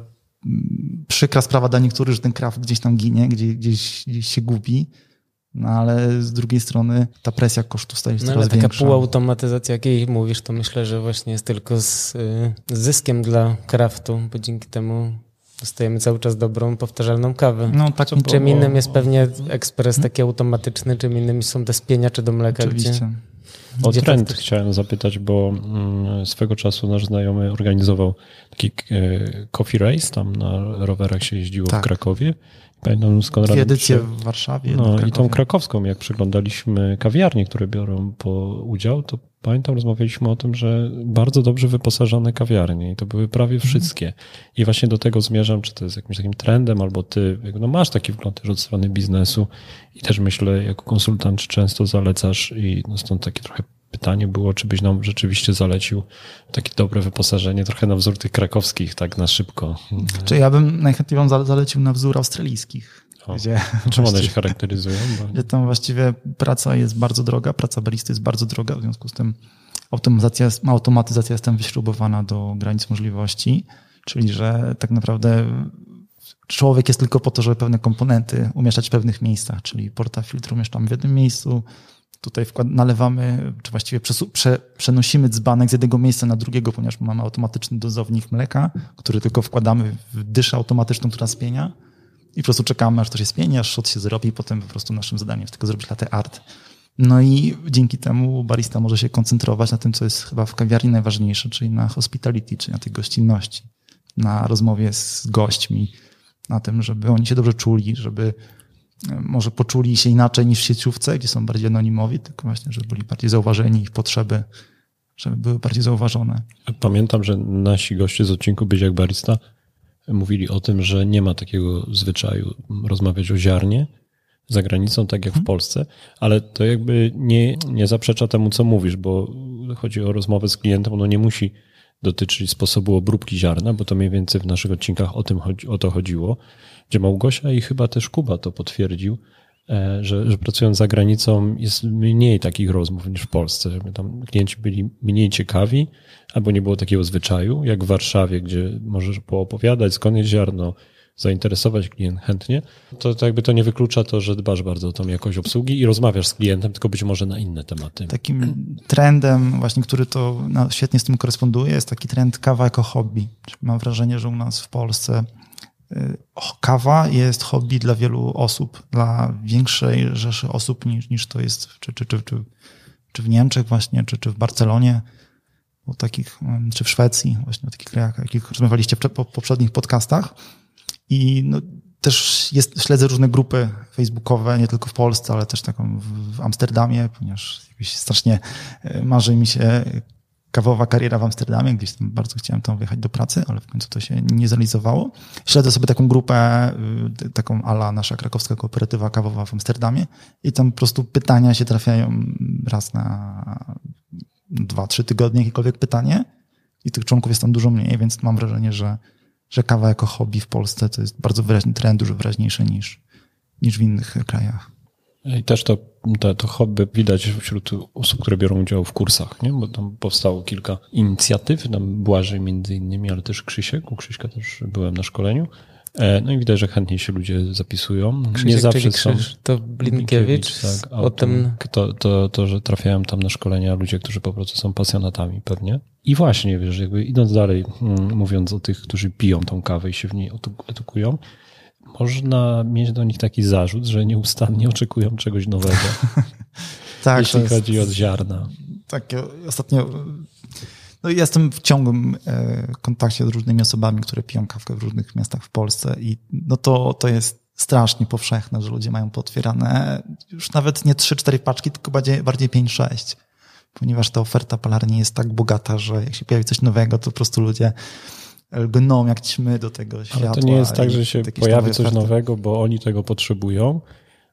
przykra sprawa dla niektórych, że ten craft gdzieś tam ginie, gdzieś, gdzieś, gdzieś się gubi, no ale z drugiej strony ta presja kosztów staje się no, coraz ale taka większa. półautomatyzacja, jak jej mówisz, to myślę, że właśnie jest tylko z, z zyskiem dla craftu, bo dzięki temu dostajemy cały czas dobrą, powtarzalną kawę. No, tak, czym czym innym jest pewnie ekspres taki automatyczny, czym innym są te spieniacze do mleka. Oczywiście. Gdzie, O gdzie trend faktycznie... chciałem zapytać, bo swego czasu nasz znajomy organizował taki coffee race, tam na rowerach się jeździło tak. w Krakowie. Pamiętam z Konradem. Dwie edycje w Warszawie. No i tą krakowską, jak przeglądaliśmy kawiarnie, które biorą po udział, to pamiętam, rozmawialiśmy o tym, że bardzo dobrze wyposażone kawiarnie i to były prawie wszystkie. Mm. I właśnie do tego zmierzam, czy to jest jakimś takim trendem, albo ty no masz taki wgląd też od strony biznesu i też myślę, jako konsultant, czy często zalecasz i no stąd takie trochę pytanie było, czy byś nam rzeczywiście zalecił takie dobre wyposażenie, trochę na wzór tych krakowskich, tak na szybko. Czy ja bym najchętniej wam zalecił na wzór australijskich. O, gdzie czym one się charakteryzują? Bo... Gdzie tam właściwie praca jest bardzo droga, praca baristy jest bardzo droga, w związku z tym automatyzacja jest, automatyzacja jest tam wyśrubowana do granic możliwości, czyli że tak naprawdę człowiek jest tylko po to, żeby pewne komponenty umieszczać w pewnych miejscach, czyli portafiltr umieszczamy w jednym miejscu, tutaj wkład, nalewamy, czy właściwie przesu, prze, przenosimy dzbanek z jednego miejsca na drugiego, ponieważ mamy automatyczny dozownik mleka, który tylko wkładamy w dyszę automatyczną, która spienia i po prostu czekamy, aż to się spieni, aż shot się zrobi i potem po prostu naszym zadaniem jest tylko zrobić latte art. No i dzięki temu barista może się koncentrować na tym, co jest chyba w kawiarni najważniejsze, czyli na hospitality, czyli na tej gościnności, na rozmowie z gośćmi, na tym, żeby oni się dobrze czuli, żeby może poczuli się inaczej niż w sieciówce, gdzie są bardziej anonimowi, tylko właśnie, żeby byli bardziej zauważeni, ich potrzeby, żeby były bardziej zauważone. Pamiętam, że nasi goście z odcinku Być jak barista mówili o tym, że nie ma takiego zwyczaju rozmawiać o ziarnie za granicą, tak jak w Polsce, ale to jakby nie, nie zaprzecza temu, co mówisz, bo chodzi o rozmowę z klientem, ono nie musi dotyczyć sposobu obróbki ziarna, bo to mniej więcej w naszych odcinkach o tym chodzi, o to chodziło, gdzie Małgosia i chyba też Kuba to potwierdził, że, że pracując za granicą jest mniej takich rozmów niż w Polsce, żeby tam klienci byli mniej ciekawi, albo nie było takiego zwyczaju, jak w Warszawie, gdzie możesz poopowiadać, skąd jest ziarno, zainteresować klient chętnie, to, to jakby to nie wyklucza to, że dbasz bardzo o tą jakość obsługi i rozmawiasz z klientem, tylko być może na inne tematy. Takim trendem właśnie, który to no, świetnie z tym koresponduje, jest taki trend kawa jako hobby. Mam wrażenie, że u nas w Polsce kawa jest hobby dla wielu osób, dla większej rzeszy osób niż, niż to jest czy, czy, czy, czy, czy w Niemczech właśnie, czy, czy w Barcelonie, o takich, czy w Szwecji, właśnie o takich krajach, o jakich rozmawialiście w poprzednich podcastach. I no, też jest, śledzę różne grupy facebookowe, nie tylko w Polsce, ale też taką w, w Amsterdamie, ponieważ jakoś strasznie marzy mi się kawowa kariera w Amsterdamie, gdzieś tam bardzo chciałem tam wyjechać do pracy, ale w końcu to się nie zrealizowało. Śledzę sobie taką grupę, taką ala nasza krakowska kooperatywa kawowa w Amsterdamie i tam po prostu pytania się trafiają raz na dwa, trzy tygodnie, jakiekolwiek pytanie i tych członków jest tam dużo mniej, więc mam wrażenie, że, że kawa jako hobby w Polsce to jest bardzo wyraźny trend, dużo wyraźniejszy niż, niż w innych krajach. I też to, to, to hobby widać wśród osób, które biorą udział w kursach, nie? Bo tam powstało kilka inicjatyw, tam Błażej między innymi, ale też Krzysiek, u Krzyśka też byłem na szkoleniu. No i widać, że chętnie się ludzie zapisują. Krzysiek, nie zawsze są. To Blinkiewicz, tak, o tym... To, to, to, że trafiają tam na szkolenia ludzie, którzy po prostu są pasjonatami pewnie. I właśnie, wiesz, jakby idąc dalej, mówiąc o tych, którzy piją tą kawę i się w niej edukują, można mieć do nich taki zarzut, że nieustannie oczekują czegoś nowego, tak, jeśli chodzi o ziarna. Tak, ostatnio no jestem w ciągłym kontakcie z różnymi osobami, które piją kawkę w różnych miastach w Polsce i no to, to jest strasznie powszechne, że ludzie mają pootwierane już nawet nie trzy cztery paczki, tylko bardziej, bardziej pięć sześć, ponieważ ta oferta palarni jest tak bogata, że jak się pojawi coś nowego, to po prostu ludzie lgną jak ćmy do tego światła. Ale to nie jest tak, że się pojawi coś nowego, bo oni tego potrzebują.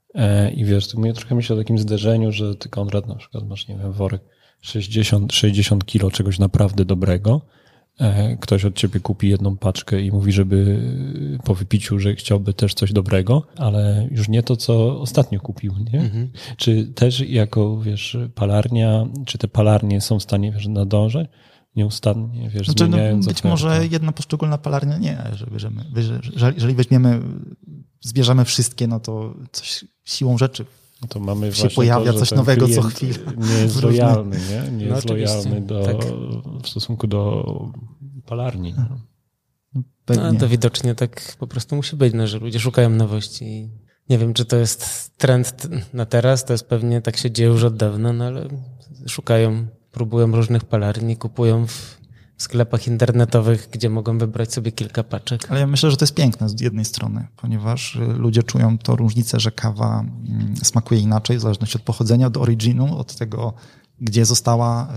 I wiesz, tu mnie trochę myślę o takim zderzeniu, że ty, Konrad, na przykład masz, nie wiem, worek sześćdziesiąt, sześćdziesiąt kilo czegoś naprawdę dobrego. Ktoś od ciebie kupi jedną paczkę i mówi, żeby po wypiciu, że chciałby też coś dobrego, ale już nie to, co ostatnio kupił, nie? Mhm. Czy też jako, wiesz, palarnia, czy te palarnie są w stanie, wiesz, nadążać? Nieustannie, wiesz, znaczy, zmieniając no, być ofertę. może jedna poszczególna palarnia nie, że bierzemy, że jeżeli weźmiemy, zbierzemy wszystkie, no to coś siłą rzeczy no to mamy się pojawia to, coś nowego co chwilę. Nie jest lojalny, nie? Nie no jest lojalny do, tak. w stosunku do palarni. No, to widocznie tak po prostu musi być, no, że ludzie szukają nowości. Nie wiem, czy to jest trend na teraz, to jest pewnie tak się dzieje już od dawna, no ale szukają, próbują różnych palarni, kupują w sklepach internetowych, gdzie mogą wybrać sobie kilka paczek. Ale ja myślę, że to jest piękne z jednej strony, ponieważ ludzie czują tą różnicę, że kawa smakuje inaczej w zależności od pochodzenia, od originu, od tego, gdzie została,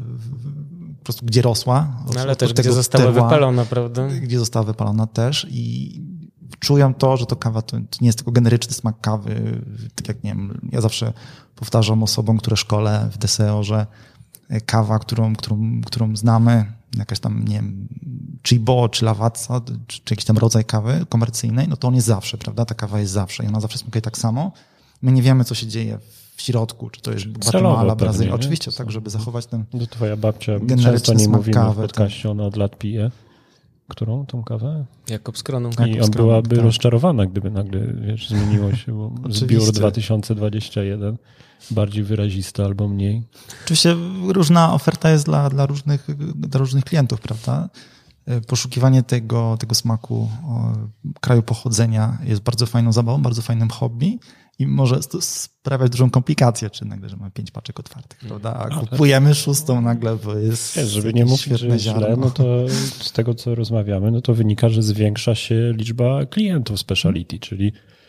po prostu gdzie rosła. No ale od, też od gdzie tego została terła, wypalona, prawda? Gdzie została wypalona też i czują to, że to kawa to, to nie jest tylko generyczny smak kawy. Tak jak, nie wiem, ja zawsze powtarzam osobom, które szkolę w D S E O, że kawa, którą, którą, którą znamy, jakaś tam, nie wiem, Chibo, czy Lavazza, czy, czy jakiś tam rodzaj kawy komercyjnej, no to on jest zawsze, prawda? Ta kawa jest zawsze i ona zawsze smakuje tak samo. My nie wiemy, co się dzieje w środku, czy to jest Guatemala, Brazylia. Oczywiście, nie? Tak, żeby zachować ten to twoja babcia często nie mówimy kawy, w podcaście, ona od lat pije. Którą tą kawę? Jakob Skroną. I on byłaby tak. rozczarowana, gdyby nagle, wiesz, zmieniło się, bo zbiór dwa tysiące dwudziesty pierwszy bardziej wyrazisty albo mniej. Oczywiście różna oferta jest dla, dla, różnych, dla różnych klientów, prawda? Poszukiwanie tego, tego smaku kraju pochodzenia jest bardzo fajną zabawą, bardzo fajnym hobby i może sprawiać dużą komplikację, czy nagle, że mamy pięć paczek otwartych, prawda? A kupujemy szóstą nagle, bo jest Wiesz, żeby nie mówić, że jest źle, no to z tego, co rozmawiamy, no to wynika, że zwiększa się liczba klientów speciality, czyli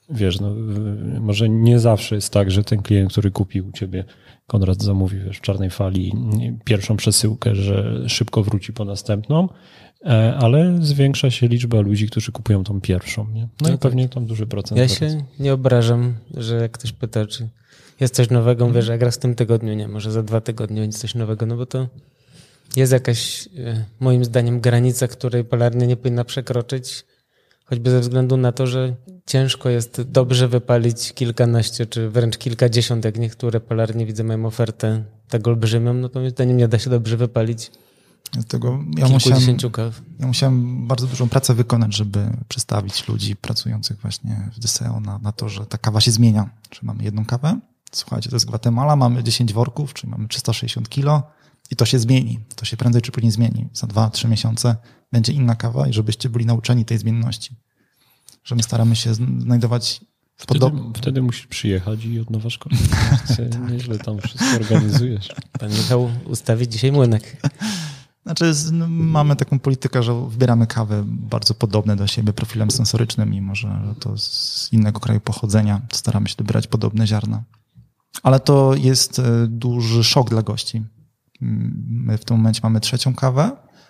wiesz, no, może nie zawsze jest tak, że ten klient, który kupił u ciebie, Konrad zamówi, wiesz, w Czarnej Fali pierwszą przesyłkę, że szybko wróci po następną, ale zwiększa się liczba ludzi, którzy kupują tą pierwszą. Nie? No, no i tak. Pewnie tam duży procent. Ja się nie obrażam, że jak ktoś pyta, czy jest coś nowego, mówię, że jak raz w tym tygodniu, nie, może za dwa tygodnie będzie coś nowego, no bo to jest jakaś, moim zdaniem, granica, której Polarnia nie powinna przekroczyć, choćby ze względu na to, że ciężko jest dobrze wypalić kilkanaście, czy wręcz kilkadziesiąt, jak niektóre Polarnie, widzę, mają ofertę tak olbrzymią, no to moim zdaniem nie da się dobrze wypalić Dlatego ja musiałem, kaw. ja musiałem bardzo dużą pracę wykonać, żeby przestawić ludzi pracujących właśnie w D S E O na, na to, że ta kawa się zmienia. Czy mamy jedną kawę? Słuchajcie, to jest Gwatemala, mamy dziesięć worków, czyli mamy trzysta sześćdziesiąt kilo i to się zmieni. To się prędzej czy później zmieni. Za dwa, trzy miesiące będzie inna kawa i żebyście byli nauczeni tej zmienności. Że my staramy się znajdować... Wtedy, podob... wtedy musisz przyjechać i od nowa szkoła. Tak. Nieźle tam wszystko organizujesz. Pan Michał ustawi dzisiaj młynek. Znaczy no, mamy taką politykę, że wybieramy kawy bardzo podobne do siebie profilem sensorycznym, mimo że to z innego kraju pochodzenia. Staramy się dobierać podobne ziarna. Ale to jest duży szok dla gości. My w tym momencie mamy trzecią kawę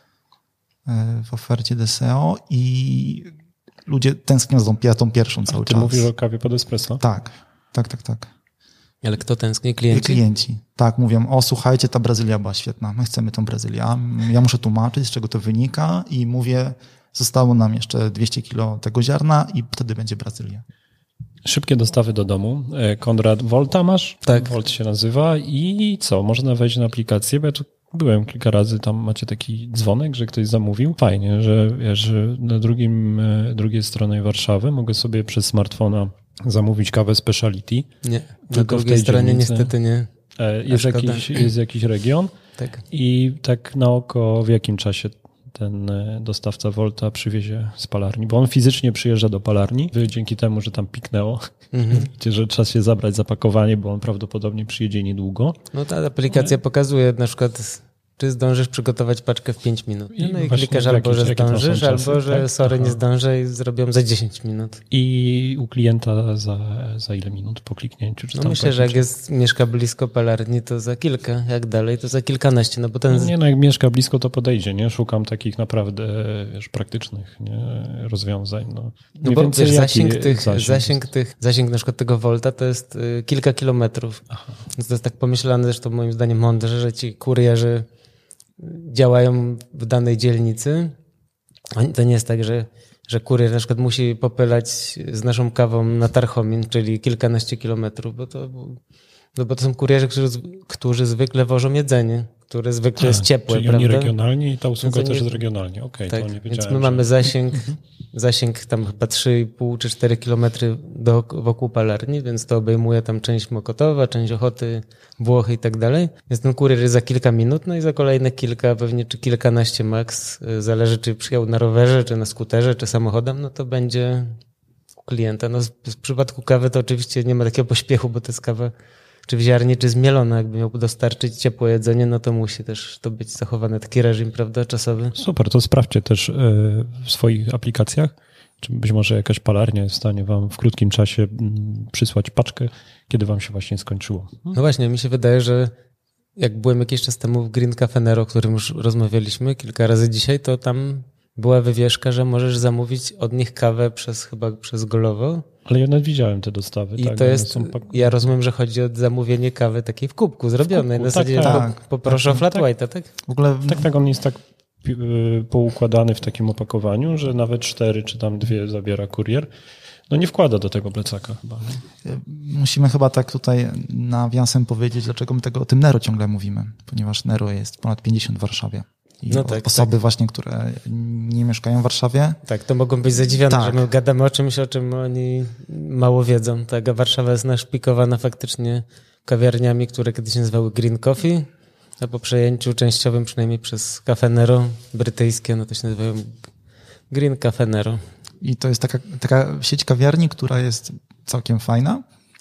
w ofercie D S E O i ludzie tęsknią za tą, tą pierwszą cały ty czas. Ty mówisz o kawie pod espresso? Tak, tak, tak, tak. Ale kto tęskni? Klienci? Klienci. Tak, mówią, o słuchajcie, ta Brazylia była świetna, my chcemy tą Brazylię. Ja muszę tłumaczyć, z czego to wynika i mówię, zostało nam jeszcze dwieście kilo tego ziarna i wtedy będzie Brazylia. Szybkie dostawy do domu. Konrad, Volta masz? Tak. Volt się nazywa i co? Można wejść na aplikację, bo ja tu byłem kilka razy, tam macie taki dzwonek, że ktoś zamówił. Fajnie, że wiesz, że na drugim, drugiej stronie Warszawy mogę sobie przez smartfona zamówić kawę speciality. Nie, na drugiej stronie niestety nie. Jest jakiś, jest jakiś region tak. I tak na oko w jakim czasie ten dostawca Volta przywiezie z palarni, bo on fizycznie przyjeżdża do palarni, dzięki temu, że tam piknęło, mhm. Wiecie, że trzeba się zabrać zapakowanie, bo on prawdopodobnie przyjedzie niedługo. No ta aplikacja pokazuje na przykład, czy zdążysz przygotować paczkę w pięć minut. No i, i klikasz albo, że zdążysz, albo, że tak? sorry, Aha. nie zdążę i zrobią za dziesięć minut. I u klienta za, za ile minut po kliknięciu? Czy no tam myślę, że jak jest, mieszka blisko palarni, to za kilka, jak dalej, to za kilkanaście. No bo ten... no nie, no jak mieszka blisko, to podejdzie, nie? Szukam takich naprawdę, wiesz, praktycznych nie? rozwiązań. No, no bo wiesz, zasięg, tych, zasięg, zasięg, tych, zasięg na przykład tego Volta to jest y, kilka kilometrów. Aha. Więc to jest tak pomyślane, zresztą moim zdaniem mądrze, że ci kurierzy działają w danej dzielnicy. To nie jest tak, że, że kurier na przykład musi popylać z naszą kawą na Tarchomin, czyli kilkanaście kilometrów, bo to, no bo to są kurierzy, którzy, którzy zwykle wożą jedzenie, które zwykle A, jest ciepłe, czyli prawda? Oni regionalnie i ta usługa Więc też oni... jest regionalnie. Okay, tak, to nie więc my że... mamy zasięg, zasięg tam chyba trzy i pół czy cztery kilometry do, wokół palarni, więc to obejmuje tam część Mokotowa, część Ochoty, Włochy i tak dalej. Więc ten kurier jest za kilka minut, no i za kolejne kilka, pewnie czy kilkanaście max, zależy czy przyjechał na rowerze, czy na skuterze, czy samochodem, no to będzie u klienta. No w przypadku kawy to oczywiście nie ma takiego pośpiechu, bo to jest kawa czy w ziarnie, czy zmielona, jakby miał dostarczyć ciepłe jedzenie, no to musi też to być zachowany taki reżim, prawda, czasowy. Super, to sprawdźcie też w swoich aplikacjach, czy być może jakaś palarnia jest w stanie wam w krótkim czasie przysłać paczkę, kiedy wam się właśnie skończyło. No właśnie, mi się wydaje, że jak byłem jakiś czas temu w Green Cafe Nero, o którym już rozmawialiśmy kilka razy dzisiaj, to tam była wywieszka, że możesz zamówić od nich kawę przez chyba przez Golowo. Ale ja nawet widziałem te dostawy. I tak, to jest, są... ja rozumiem, że chodzi o zamówienie kawy takiej w kubku zrobionej. W kubku, na zasadzie tak, tak, poproszę tak, o flat tak, white'a, tak? W ogóle tak, tak, on jest tak poukładany w takim opakowaniu, że nawet cztery czy tam dwie zabiera kurier. No nie wkłada do tego plecaka chyba. Nie? Musimy chyba tak tutaj nawiasem powiedzieć, dlaczego my tego o tym Nero ciągle mówimy. Ponieważ Nero jest ponad pięćdziesiąt w Warszawie. I no tak, osoby tak. właśnie, które nie mieszkają w Warszawie. Tak, to mogą być zadziwione, tak. że my gadamy o czymś, o czym oni mało wiedzą. Tak, a Warszawa jest naszpikowana faktycznie kawiarniami, które kiedyś się nazywały Green Coffee, a po przejęciu częściowym przynajmniej przez Cafe Nero brytyjskie, no to się nazywają Green Cafe Nero. I to jest taka, taka sieć kawiarni, która jest całkiem fajna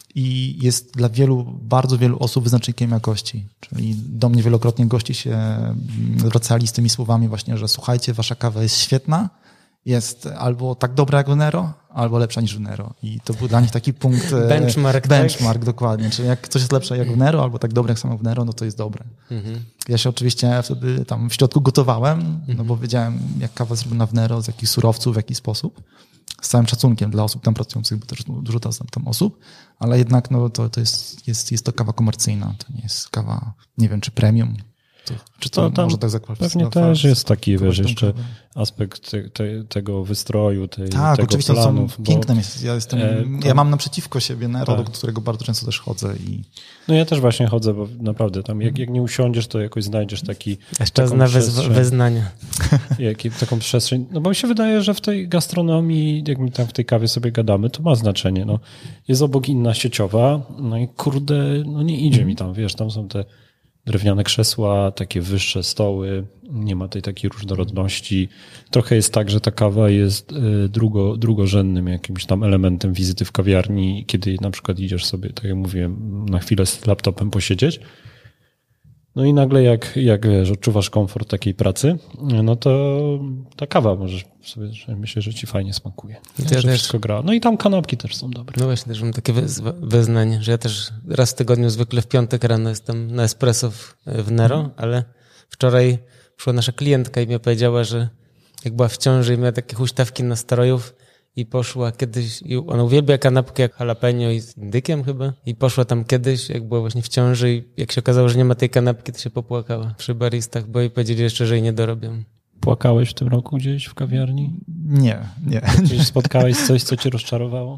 i jest dla wielu, bardzo wielu osób wyznacznikiem jakości. Czyli do mnie wielokrotnie gości się zwracali z tymi słowami właśnie, że słuchajcie, wasza kawa jest świetna, jest albo tak dobra jak w Nero, albo lepsza niż w Nero. I to był dla nich taki punkt... Benchmark, Benchmark, tak? dokładnie. Czyli jak coś jest lepsze jak w Nero, albo tak dobre jak samo w Nero, no to jest dobre. Mhm. Ja się oczywiście wtedy tam w środku gotowałem, mhm. no bo wiedziałem, jak kawa zrobiona w Nero, z jakich surowców, w jaki sposób. Z całym szacunkiem dla osób tam pracujących, bo też dużo tam, tam osób, ale jednak no, to, to jest, jest, jest to kawa komercyjna, to nie jest kawa, nie wiem, czy premium. To, czy to, to może tak zakwalifikować? Pewnie też jest taki, wiesz, jeszcze aspekt te, te, tego wystroju, tej, tak, tego oczywiście planów. Są piękne jest. Ja, jestem, e, to, ja mam naprzeciwko siebie Nero, tak. do którego bardzo często też chodzę. I... No ja też właśnie chodzę, bo naprawdę tam jak, jak nie usiądziesz, to jakoś znajdziesz taki... Czas na wez- wyznania. Jak, taką przestrzeń. No bo mi się wydaje, że w tej gastronomii, jak my tam w tej kawie sobie gadamy, to ma znaczenie. No, jest obok inna sieciowa, no i kurde, no nie idzie mm. mi tam, wiesz, tam są te drewniane krzesła, takie wyższe stoły, nie ma tej takiej różnorodności. Trochę jest tak, że ta kawa jest drugo, drugorzędnym jakimś tam elementem wizyty w kawiarni, kiedy na przykład idziesz sobie, tak jak mówiłem, na chwilę z laptopem posiedzieć. No i nagle jak, jak wiesz, odczuwasz komfort takiej pracy, no to ta kawa możesz sobie, że myślę, że ci fajnie smakuje. Ja że też, wszystko gra. No i tam kanapki też są dobre. No właśnie, też mam takie wyznanie, że ja też raz w tygodniu, zwykle w piątek rano jestem na espresso w, w Nero, mm. ale wczoraj przyszła nasza klientka i mi powiedziała, że jak była w ciąży i miała takie huśtawki nastrojów i poszła kiedyś, i ona uwielbia kanapkę jak jalapeno i z indykiem chyba, i poszła tam kiedyś, jak była właśnie w ciąży i jak się okazało, że nie ma tej kanapki, to się popłakała przy baristach, bo jej powiedzieli jeszcze, że jej nie dorobią. Płakałeś w tym roku gdzieś w kawiarni? Nie, nie. Gdzieś spotkałeś coś, co cię rozczarowało?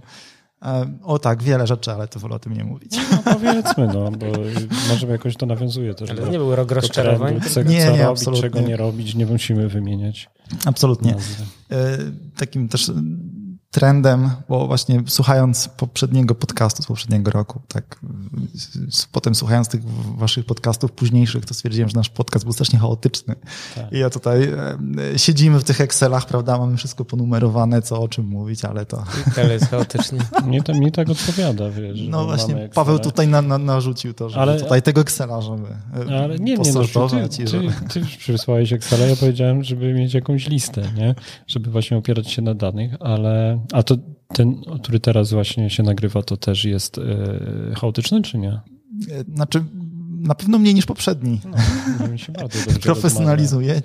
O tak, wiele rzeczy, ale to wolę o tym nie mówić. No powiedzmy, no, bo może jakoś to nawiązuje też. Ale do, to nie był rok rozczarowań? Co, nie, co nie, robić, absolutnie. czego nie robić, nie musimy wymieniać. Absolutnie. Nazwy. Takim też trendem, bo właśnie słuchając poprzedniego podcastu z poprzedniego roku, tak, potem słuchając tych waszych podcastów późniejszych, to stwierdziłem, że nasz podcast był strasznie chaotyczny. Tak. I ja tutaj e, siedzimy w tych Excelach, prawda, mamy wszystko ponumerowane, co o czym mówić, ale to... Ale jest chaotycznie. Mnie to mi tak odpowiada, wiesz. No właśnie, Paweł tutaj na, na, narzucił to, żeby ale, tutaj tego Excela, żeby ale nie, nie, no, ty, ty, ty, ty przysłałeś Excela, ja powiedziałem, żeby mieć jakąś listę, nie? Żeby właśnie opierać się na danych, ale a to ten, który teraz właśnie się nagrywa, to też jest yy, chaotyczny, czy nie? Znaczy, na pewno mniej niż poprzedni. No, mi się bardzo dobrze Profesjonalizuje.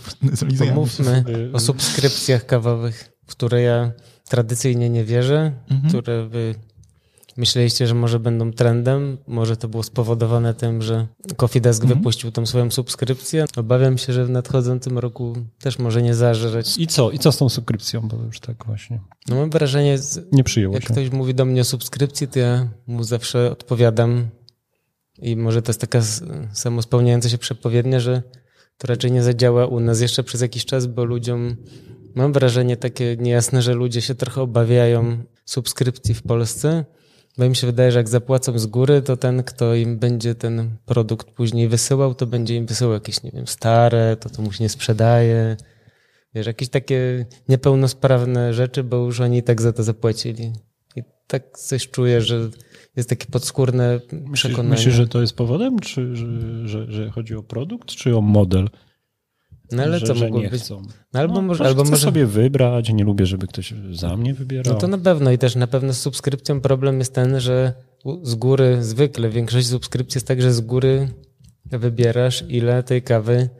Pomówmy o subskrypcjach kawowych, w które ja tradycyjnie nie wierzę, mhm. które wy myśleliście, że może będą trendem. Może to było spowodowane tym, że Coffee Desk mhm. wypuścił tą swoją subskrypcję. Obawiam się, że w nadchodzącym roku też może nie zażreć. I co? I co z tą subskrypcją? Bo już tak właśnie. No mam wrażenie, nie przyjęło jak się. ktoś mówi do mnie o subskrypcji, to ja mu zawsze odpowiadam i może to jest taka samospełniająca się przepowiednia, że to raczej nie zadziała u nas jeszcze przez jakiś czas, bo ludziom mam wrażenie takie niejasne, że ludzie się trochę obawiają subskrypcji w Polsce. Bo im się wydaje, że jak zapłacą z góry, to ten, kto im będzie ten produkt później wysyłał, to będzie im wysyłał jakieś, nie wiem, stare, to to mu się nie sprzedaje. Wiesz, jakieś takie niepełnosprawne rzeczy, bo już oni i tak za to zapłacili. I tak coś czuję, że jest takie podskórne przekonanie. Myślisz, że to jest powodem, czy że, że, że chodzi o produkt, czy o model? No ale że, co że mogło nie być? chcą. No, albo no, może, albo chcę może sobie wybrać, nie lubię, żeby ktoś za mnie wybierał. No to na pewno i też na pewno z subskrypcją problem jest ten, że z góry zwykle większość subskrypcji jest tak, że z góry wybierasz, ile tej kawy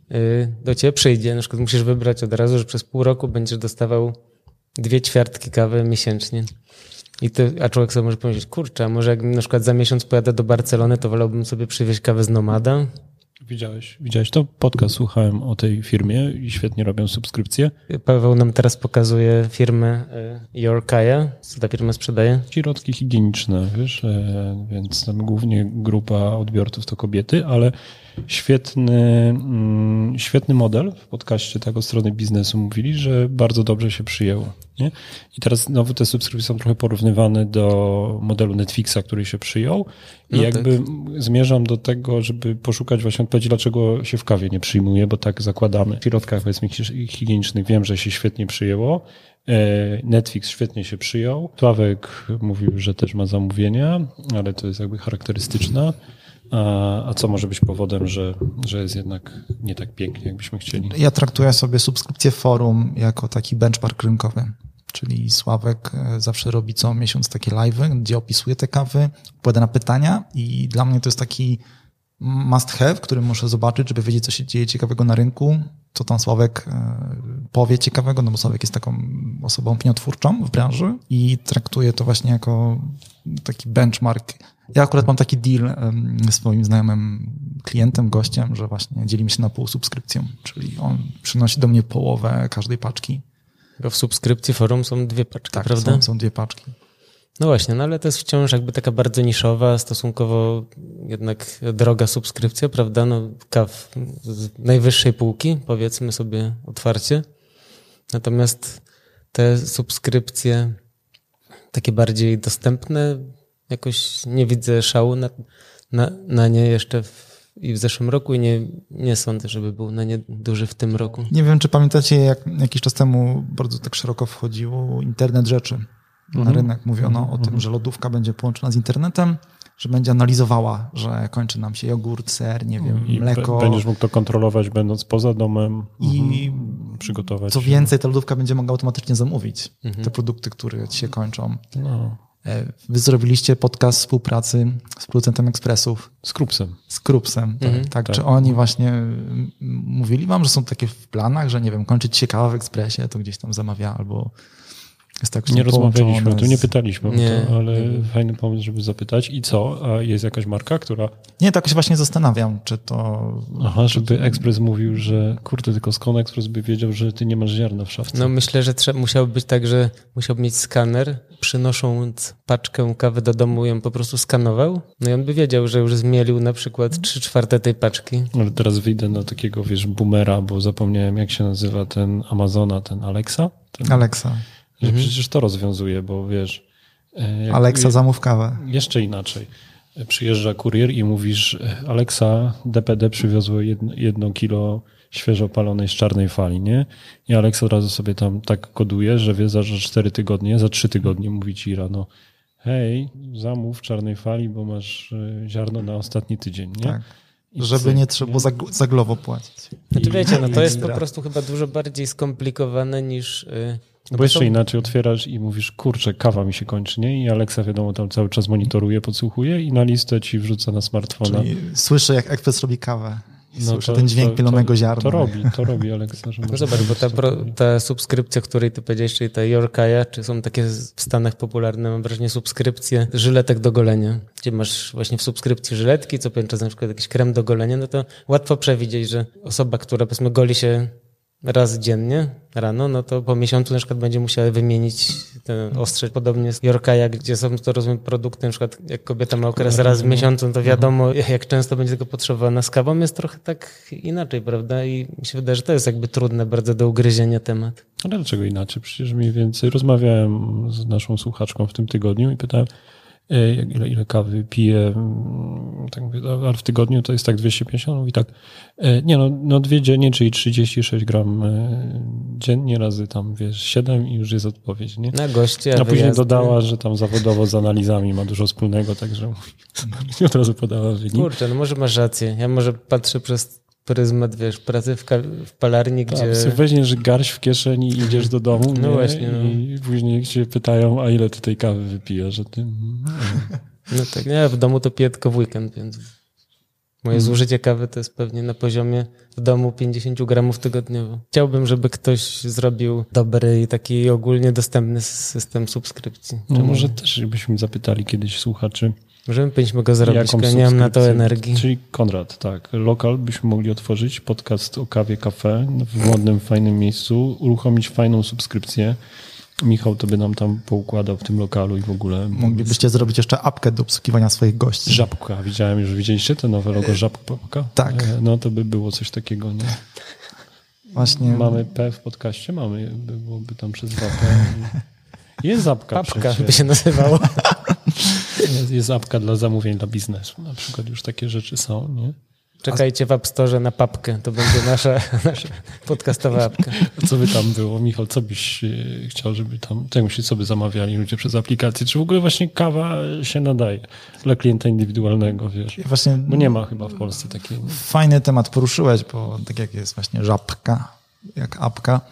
do ciebie przyjdzie. Na przykład musisz wybrać od razu, że przez pół roku będziesz dostawał dwie ćwiartki kawy miesięcznie. I ty, a człowiek sobie może pomyśleć, kurczę, a może jak na przykład za miesiąc pojadę do Barcelony, to wolałbym sobie przywieźć kawę z Nomada. Widziałeś, widziałeś to? Podcast słuchałem o tej firmie i świetnie robią subskrypcje. Paweł nam teraz pokazuje firmę Yorkaya. Co ta firma sprzedaje? Środki higieniczne, wiesz, więc tam głównie grupa odbiorców to kobiety, ale świetny, świetny model. W podcaście tak od strony biznesu mówili, że bardzo dobrze się przyjęło. Nie? I teraz znowu te subskrypcje są trochę porównywane do modelu Netflixa, który się przyjął i no jakby tak. Zmierzam do tego, żeby poszukać właśnie odpowiedzi, dlaczego się w kawie nie przyjmuje, bo tak zakładamy. W środkach powiedzmy higienicznych wiem, że się świetnie przyjęło. Netflix świetnie się przyjął. Sławek mówił, że też ma zamówienia, ale to jest jakby charakterystyczna. A, a co może być powodem, że, że jest jednak nie tak pięknie, jakbyśmy chcieli? Ja traktuję sobie subskrypcję forum jako taki benchmark rynkowy. czyli Sławek zawsze robi co miesiąc takie live'y, gdzie opisuje te kawy, odpowiada na pytania i dla mnie to jest taki must have, który muszę zobaczyć, żeby wiedzieć, co się dzieje ciekawego na rynku, co tam Sławek powie ciekawego, no bo Sławek jest taką osobą opiniotwórczą w branży i traktuje to właśnie jako taki benchmark. Ja akurat mam taki deal ze swoim znajomym klientem, gościem, że właśnie dzielimy się na pół subskrypcją, czyli on przynosi do mnie połowę każdej paczki. Bo w subskrypcji forum są dwie paczki, tak, prawda? Są, są dwie paczki. No właśnie, no ale to jest wciąż jakby taka bardzo niszowa, stosunkowo jednak droga subskrypcja, prawda? No kaw z najwyższej półki, powiedzmy sobie otwarcie. Natomiast te subskrypcje takie bardziej dostępne, jakoś nie widzę szału na, na, na nie jeszcze w, i w zeszłym roku i nie, nie sądzę, żeby był na nie duży w tym roku. Nie wiem, czy pamiętacie, jak jakiś czas temu bardzo tak szeroko wchodził internet rzeczy. Na mhm. rynek mówiono mhm. o tym, że lodówka będzie połączona z internetem, że będzie analizowała, że kończy nam się jogurt, ser, nie wiem, I mleko. Będziesz mógł to kontrolować, będąc poza domem i mhm. przygotować. Co więcej, ta lodówka będzie mogła automatycznie zamówić mhm. te produkty, które ci się kończą. No. Wy zrobiliście podcast współpracy z producentem ekspresów. Z Krupsem. Z Krupsem, mhm. tak, tak. Tak. Czy oni właśnie mówili wam, że są takie w planach, że nie wiem, kończyć się kawa w ekspresie, to gdzieś tam zamawia albo... Jest tak nie rozmawialiśmy, z... tu nie pytaliśmy nie, o to, ale nie. fajny pomysł, żeby zapytać. I co? A jest jakaś marka, która... Nie, tak się właśnie zastanawiam, czy to... Aha, żeby Ekspres mówił, że kurde, tylko skąd Ekspres by wiedział, że ty nie masz ziarna w szafce? No myślę, że trzeba, musiało być tak, że musiał mieć skaner, przynosząc paczkę kawy do domu, ją po prostu skanował. No i on by wiedział, że już zmielił na przykład trzy czwarte tej paczki. Ale teraz wyjdę na takiego, wiesz, boomera, bo zapomniałem, jak się nazywa ten Amazona, ten Alexa? Ten... Alexa. Że Mhm. przecież to rozwiązuje, bo wiesz... Jak... Alexa, zamów kawę. Jeszcze inaczej. Przyjeżdża kurier i mówisz, Alexa, D P D przywiozło jedno, jedno kilo świeżo palonej z czarnej fali, nie? I Alexa od razu sobie tam tak koduje, że wie za cztery tygodnie, za trzy tygodnie mówi ci rano, hej, zamów czarnej fali, bo masz ziarno na ostatni tydzień, nie? Tak. I Żeby cyk, nie trzeba było za, za glowo płacić. Znaczy wiecie, no to jest po Ekstra. prostu chyba dużo bardziej skomplikowane niż... Yy, No bo jeszcze inaczej otwierasz i mówisz, kurczę, kawa mi się kończy, nie? I Alexa, wiadomo, tam cały czas monitoruje, podsłuchuje i na listę ci wrzuca na smartfona. Czyli słyszę, jak Ekspres robi kawę. I No słyszę to- ten dźwięk to- pilonego to, ziarna. To robi, to robi Alexa. Że No może zobacz, bo ta, robić pro, to. ta subskrypcja, której ty powiedziałeś, czyli ta Yorkaya, czy są takie w Stanach popularne, mam wrażenie, subskrypcje żyletek do golenia, gdzie masz właśnie w subskrypcji żyletki, co pięć razy na przykład jakiś krem do golenia, no to łatwo przewidzieć, że osoba, która powiedzmy goli się raz dziennie rano, no to po miesiącu na przykład będzie musiała wymienić ten ostrze. Podobnie z Yorkaya, gdzie są to rozumiem produkty, na przykład jak kobieta ma okres raz w miesiącu, to wiadomo jak często będzie tego potrzebowana. Z kawą jest trochę tak inaczej, prawda? I mi się wydaje, że to jest jakby trudne bardzo do ugryzienia temat. Ale dlaczego inaczej? Przecież mniej więcej rozmawiałem z naszą słuchaczką w tym tygodniu i pytałem, e, jak- ile, ile kawy piję, mm, tak mówię, ale w tygodniu to jest tak dwieście pięćdziesiąt, mówi tak, e, nie no, no dwie dziennie, czyli trzydzieści sześć gram e, dziennie razy tam, wiesz, siedem i już jest odpowiedź, nie? Na goście, A później wyjazdy. dodała, że tam zawodowo z analizami ma dużo wspólnego, także i od razu podała wynik. Kurczę, no może masz rację. Ja może patrzę przez pryzmat, wiesz, pracy w, ka- w palarni, Tak, gdzie... sobie weźmiesz garść w kieszeni i idziesz do domu, No nie? właśnie, no. I później się pytają, a ile ty tej kawy wypijasz, że ty... No tak, ja w domu to piję tylko w weekend, więc moje zużycie kawy to jest pewnie na poziomie w domu pięćdziesiąt gramów tygodniowo. Chciałbym, żeby ktoś zrobił dobry i taki ogólnie dostępny system subskrypcji. No Czemu może nie? też byśmy zapytali kiedyś słuchaczy, Możemy powinniśmy go zrobić, jaką tylko nie mam na to subskrypcję- energii. Czyli Konrad, tak. Lokal byśmy mogli otworzyć, podcast o kawie, kafe w modnym, fajnym miejscu, uruchomić fajną subskrypcję. Michał to by nam tam poukładał w tym lokalu i w ogóle... Moglibyście zrobić jeszcze apkę do obsługiwania swoich gości. Żabka, widziałem już, widzieliście to nowe logo Żabka? Tak. E, No to by było coś takiego, nie? Właśnie. Mamy P w podcaście, mamy, byłoby tam przez dwa P. Jest zapka Papka przecież. by się nazywało. Jest, jest apka dla zamówień dla biznesu. Na przykład już takie rzeczy są, nie? Czekajcie w App Store na papkę, to będzie nasza, nasza podcastowa apka. A co by tam było? Michał, co byś e, chciał, żeby tam, tak myślisz, co by zamawiali ludzie przez aplikację? Czy w ogóle właśnie kawa się nadaje dla klienta indywidualnego, wiesz? Właśnie Bo nie ma chyba w Polsce takiej. fajny temat poruszyłeś, bo tak jak jest właśnie żabka, jak apka,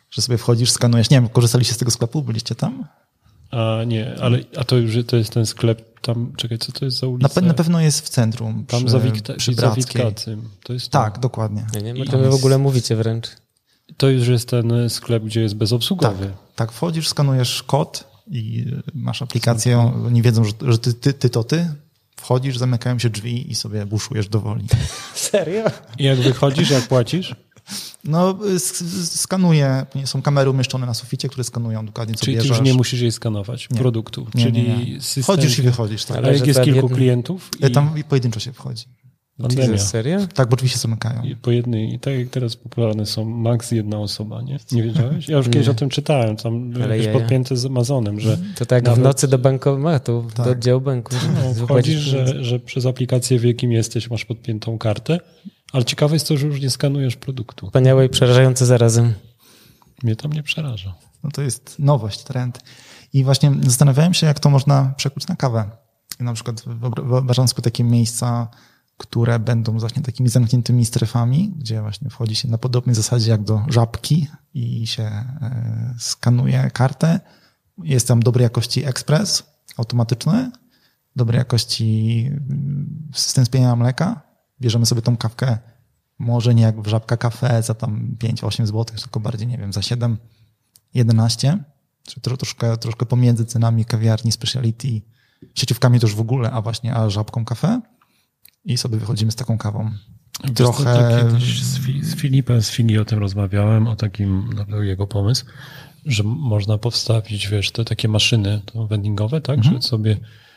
że sobie wchodzisz, skanujesz. Nie wiem, korzystaliście z tego sklepu? Byliście tam? A nie, ale a to już to jest ten sklep tam, czekaj, co to jest za ulica? Na, pe- na pewno jest w centrum. Tam przy, za, Wikta- przy za Witkacym. To jest tak, to. dokładnie. Ja nie wiem, I o czym wy w ogóle mówicie wręcz. To już jest ten sklep, gdzie jest bezobsługowy. Tak, tak, wchodzisz, skanujesz kod i masz aplikację, oni wiedzą, że, że ty, ty, ty to ty, wchodzisz, zamykają się drzwi i sobie buszujesz dowoli. Serio? I jak wychodzisz, jak płacisz? No, skanuję, są kamery umieszczone na suficie, które skanują dokładnie, co Czyli bierzesz. ty już nie musisz jej skanować, Nie. produktu. Nie, Czyli nie, nie. System... Wchodzisz i wychodzisz. Tak. Ale jak że jest to kilku jedno- klientów i Tam i pojedynczo się wchodzi. pandemia. Jesus, serio? Tak, bo drzwi się zamykają. I po jednej, i tak jak teraz popularne są, max jedna osoba, nie? Nie wiedziałeś? Ja już kiedyś o tym czytałem, tam Ale jakieś jaja. podpięte z Amazonem, że To tak Nawet- w nocy do bankomatu, Tak. do oddziału banku. no, Wypłacisz wchodzisz, pieniądze. że, że przez aplikację wie, kim jesteś, masz podpiętą kartę, ale ciekawe jest to, że już nie skanujesz produktu. Wspaniałe i przerażające zarazem. Mnie tam nie przeraża. No to jest nowość, trend. I właśnie zastanawiałem się, jak to można przekuć na kawę. I na przykład wyobrażam sobie takie miejsca, które będą właśnie takimi zamkniętymi strefami, gdzie właśnie wchodzi się na podobnej zasadzie jak do Żabki i się e, skanuje kartę. Jest tam dobrej jakości ekspres automatyczny, dobrej jakości mm, system spieniania mleka. Bierzemy sobie tą kawkę, może nie jak w Żabka Cafe za tam pięć osiem złotych, tylko bardziej, nie wiem, za siedem jedenaście, czyli tro, troszkę, troszkę pomiędzy cenami kawiarni, speciality, sieciówkami też w ogóle, a właśnie a Żabką Cafe i sobie wychodzimy z taką kawą. Trochę... Trochę... Kiedyś z, Fi- z Filipem, z Fili o tym rozmawiałem, o takim, to był jego pomysł, że można powstawić, wiesz, te takie maszyny to vendingowe, tak, Mhm. że sobie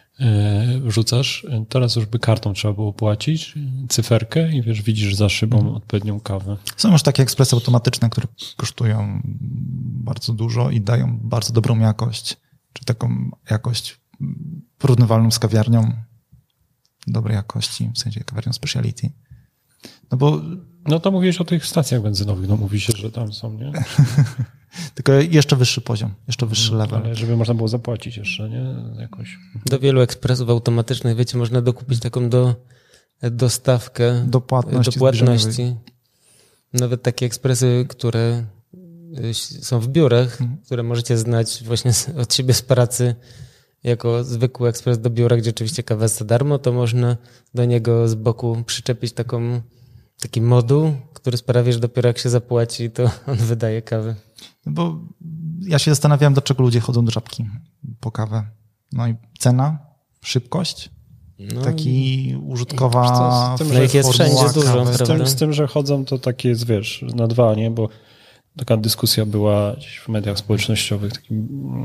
e, wrzucasz, teraz już by kartą trzeba było płacić, cyferkę i wiesz, widzisz za szybą Mhm. odpowiednią kawę. Są już takie ekspresy automatyczne, które kosztują bardzo dużo i dają bardzo dobrą jakość, czy taką jakość porównywalną z kawiarnią dobrej jakości, w sensie kawiarnią speciality. No bo No to mówiłeś o tych stacjach benzynowych, no mówi się, że tam są, nie? tylko jeszcze wyższy poziom, jeszcze wyższy level. Ale żeby można było zapłacić jeszcze, nie? Jakoś. Do wielu ekspresów automatycznych, wiecie, można dokupić taką do, dostawkę Do płatności do płatności. zbliżeniowej. Nawet takie ekspresy, które y, są w biurach, Mhm. które możecie znać właśnie z- od siebie z pracy jako zwykły ekspres do biura, gdzie oczywiście kawa jest za darmo, to można do niego z boku przyczepić taką, taki moduł, który sprawia, że dopiero jak się zapłaci, to on wydaje kawę. No bo ja się zastanawiałem, dlaczego ludzie chodzą do Żabki po kawę. No i cena, szybkość, No, taki użytkowa Wiesz co, z tym, że- No ich jest formuła wszędzie dużo, kawy. Z tym, prawda? z tym, że chodzą, to takie jest, wiesz, na dwa, nie? Bo taka dyskusja była gdzieś w mediach społecznościowych, takich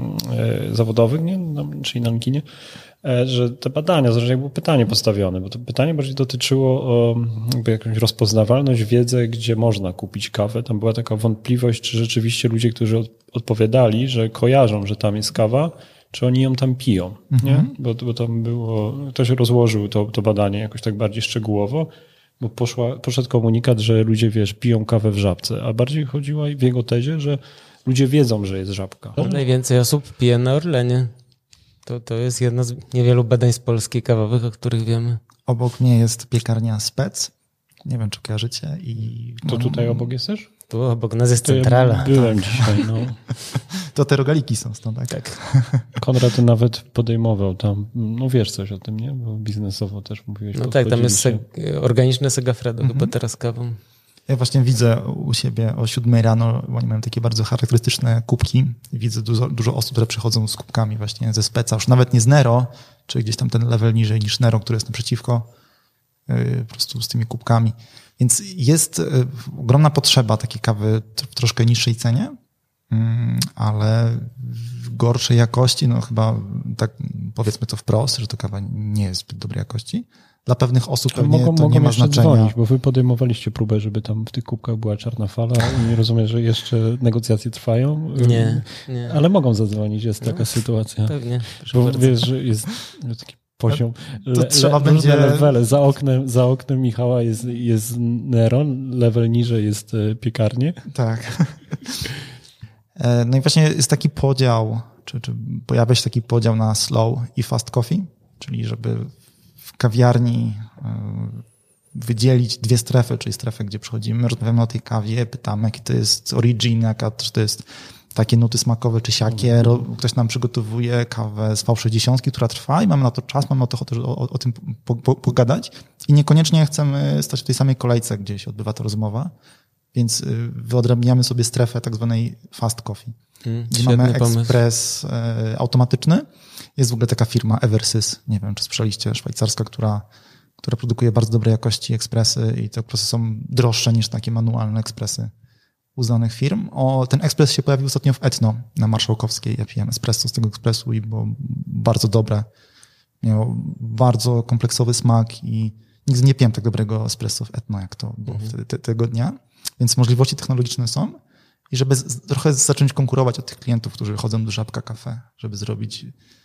e, zawodowych, nie? No, czyli na LinkedInie, e, że te badania, zresztą jak było pytanie postawione, bo to pytanie bardziej dotyczyło o jakby jakąś rozpoznawalność, wiedzę, gdzie można kupić kawę. Tam była taka wątpliwość, czy rzeczywiście ludzie, którzy od, odpowiadali, że kojarzą, że tam jest kawa, czy oni ją tam piją, nie? Bo, bo tam było, ktoś rozłożył to, to badanie jakoś tak bardziej szczegółowo, bo poszła, poszedł komunikat, że ludzie, wiesz, piją kawę w Żabce, a bardziej chodziło w jego tezie, że ludzie wiedzą, że jest Żabka. najwięcej osób pije na Orlenie. To, to jest jedno z niewielu badań z Polski kawowych, o których wiemy. Obok mnie jest piekarnia Spec. Nie wiem, czy kojarzycie. I To tutaj obok jest też? Tu obok nas jest To ja centrala. byłem dzisiaj, no. To te rogaliki są stąd, tak? Tak. Konrad nawet podejmował tam, no wiesz coś o tym, nie? Bo biznesowo też mówiłeś. No tak, tam jest podchodziliście. seg- organiczne Segafredo, Mhm. chyba teraz kawą. Ja właśnie widzę u siebie o siódmej rano, bo oni mają takie bardzo charakterystyczne kubki. I widzę dużo, dużo osób, które przychodzą z kubkami właśnie ze Speca, już nawet nie z Nero, czy gdzieś tam ten level niżej niż Nero, który jest naprzeciwko, yy, po prostu z tymi kubkami. Więc jest yy, ogromna potrzeba takiej kawy w troszkę niższej cenie, yy, ale w gorszej jakości, no chyba tak powiedzmy to wprost, że to kawa nie jest zbyt dobrej jakości. Dla pewnych osób Ale pewnie mogą, to mogą nie ma jeszcze znaczenia. dzwonić, bo wy podejmowaliście próbę, żeby tam w tych kubkach była czarna fala i rozumiem, że jeszcze negocjacje trwają. Nie, nie. Ale mogą zadzwonić, jest taka No, sytuacja. Pewnie. Proszę Bo bardzo. wiesz, że jest taki poziom. To trzeba różne będzie- levele. Za oknem, za oknem Michała jest, jest Neron, level niżej jest e, piekarnie. Tak. E, No i właśnie jest taki podział, czy, czy pojawia się taki podział na slow i fast coffee, czyli żeby w kawiarni e, wydzielić dwie strefy, czyli strefę, gdzie przychodzimy, rozmawiamy o tej kawie, pytamy, jaki to jest origin, jaka czy to jest takie nuty smakowe, czy siakie. Ktoś nam przygotowuje kawę z V sześćdziesiąt, która trwa i mamy na to czas, mamy ochotę o, o, o tym po, po, pogadać i niekoniecznie chcemy stać w tej samej kolejce, gdzie się odbywa ta rozmowa, więc wyodrabiamy sobie strefę tak zwanej fast coffee. Hmm, gdzie mamy ekspres e, automatyczny. Jest w ogóle taka firma Eversys, nie wiem, czy słyszeliście, szwajcarska, która, która produkuje bardzo dobrej jakości ekspresy i te ekspresy są droższe niż takie manualne ekspresy uznanych firm. O, ten ekspres się pojawił ostatnio w Etno na Marszałkowskiej. Ja piłem espresso z tego ekspresu i było bardzo dobre. Miał bardzo kompleksowy smak i nigdy nie piłem tak dobrego espresso w Etno, jak to było mhm. wtedy, te, tego dnia. Więc możliwości technologiczne są i żeby z, trochę zacząć konkurować od tych klientów, którzy chodzą do Żabka Cafe, żeby zrobić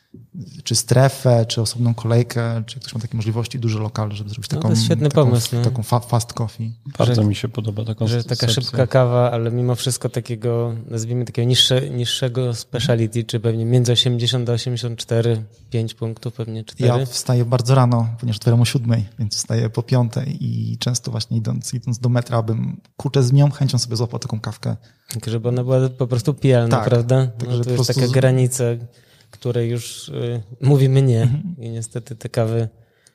czy strefę, czy osobną kolejkę, czy ktoś ma takie możliwości, duże lokale, żeby zrobić taką, no to jest świetny taką, pomysł, taką fa- fast coffee. Bardzo że, mi się podoba ta koncepcja. Że taka szybka kawa, ale mimo wszystko takiego, nazwijmy takiego niższe, niższego speciality, czy pewnie między osiemdziesiąt do osiemdziesiąt cztery, pięć punktów, pewnie cztery. Ja wstaję bardzo rano, ponieważ otwieram o siódmej, więc wstaję po piątej i często właśnie idąc, idąc do metra, bym kurczę z miłą chęcią sobie złapał taką kawkę. Tak, żeby ona była po prostu pijalna, tak, prawda? Tak, no, to jest taka z... granica, której już y, mówimy nie mhm. i niestety te kawy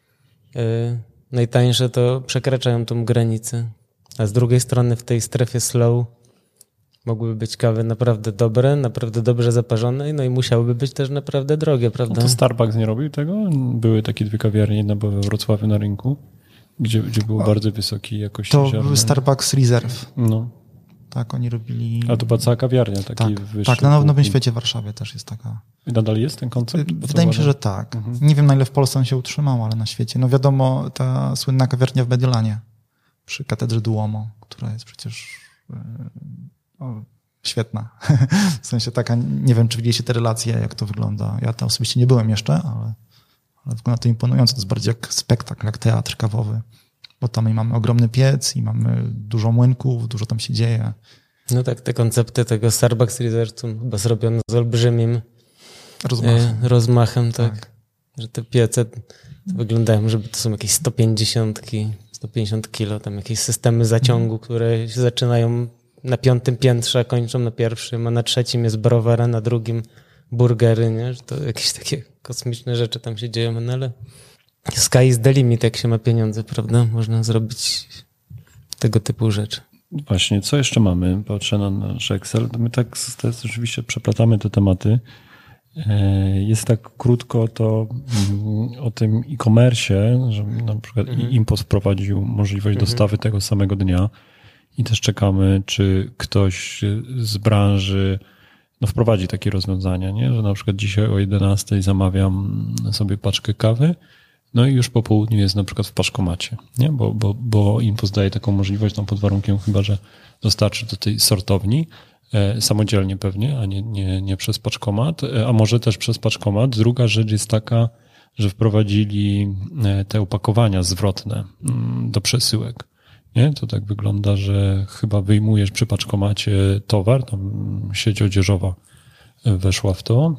y, najtańsze to przekraczają tą granicę. A z drugiej strony w tej strefie slow mogłyby być kawy naprawdę dobre, naprawdę dobrze zaparzone, no i musiałyby być też naprawdę drogie, prawda? No to Starbucks nie robił tego? Były takie dwie kawiarnie, jedna była we Wrocławiu na rynku, gdzie, gdzie był bardzo wysoki jakości To ziarna. był Starbucks Reserve. No. Tak, oni robili... A to była cała kawiarnia, taki tak, wyższy. Tak, na Nowym Świecie w Warszawie też jest taka. I nadal jest ten koncept? Wydaje mi się, że tak. Mhm. Nie wiem, na ile w Polsce on się utrzymał, ale na świecie. No wiadomo, ta słynna kawiarnia w Mediolanie przy katedrze Duomo, która jest przecież o, świetna. W sensie taka, nie wiem, czy widzieliście te relacje, jak to wygląda. Ja tam osobiście nie byłem jeszcze, ale, ale wygląda to imponująco. To jest bardziej jak spektakl, jak teatr kawowy. Bo tam i mamy ogromny piec i mamy dużo młynków, dużo tam się dzieje. No tak, te koncepty tego Starbucks Reserve są chyba zrobione z olbrzymim rozmachem, e, rozmachem tak. tak. Że te piece to wyglądają, żeby to są jakieś sto pięćdziesiąt, sto pięćdziesiąt kilo, tam jakieś systemy zaciągu, mm. które się zaczynają na piątym piętrze, a kończą na pierwszym, a na trzecim jest browara, na drugim burgery, nie? Że to jakieś takie kosmiczne rzeczy tam się dzieją, no ale sky is the limit, jak się ma pieniądze, prawda? Można zrobić tego typu rzeczy. Właśnie, co jeszcze mamy? Patrzę na nasz Excel. My tak oczywiście przeplatamy te tematy. Jest tak krótko to o tym e-commerce, że na przykład mhm. Impost wprowadził możliwość mhm. dostawy tego samego dnia i też czekamy, czy ktoś z branży no, wprowadzi takie rozwiązania, nie? Że na przykład dzisiaj o jedenastej zamawiam sobie paczkę kawy, no i już po południu jest na przykład w paczkomacie, nie? Bo, bo, bo Impost daje taką możliwość, no pod warunkiem chyba, że dostarczy do tej sortowni e, samodzielnie pewnie, a nie, nie, nie przez paczkomat, e, a może też przez paczkomat. Druga rzecz jest taka, że wprowadzili te opakowania zwrotne m, do przesyłek. Nie? To tak wygląda, że chyba wyjmujesz przy paczkomacie towar, tam sieć odzieżowa weszła w to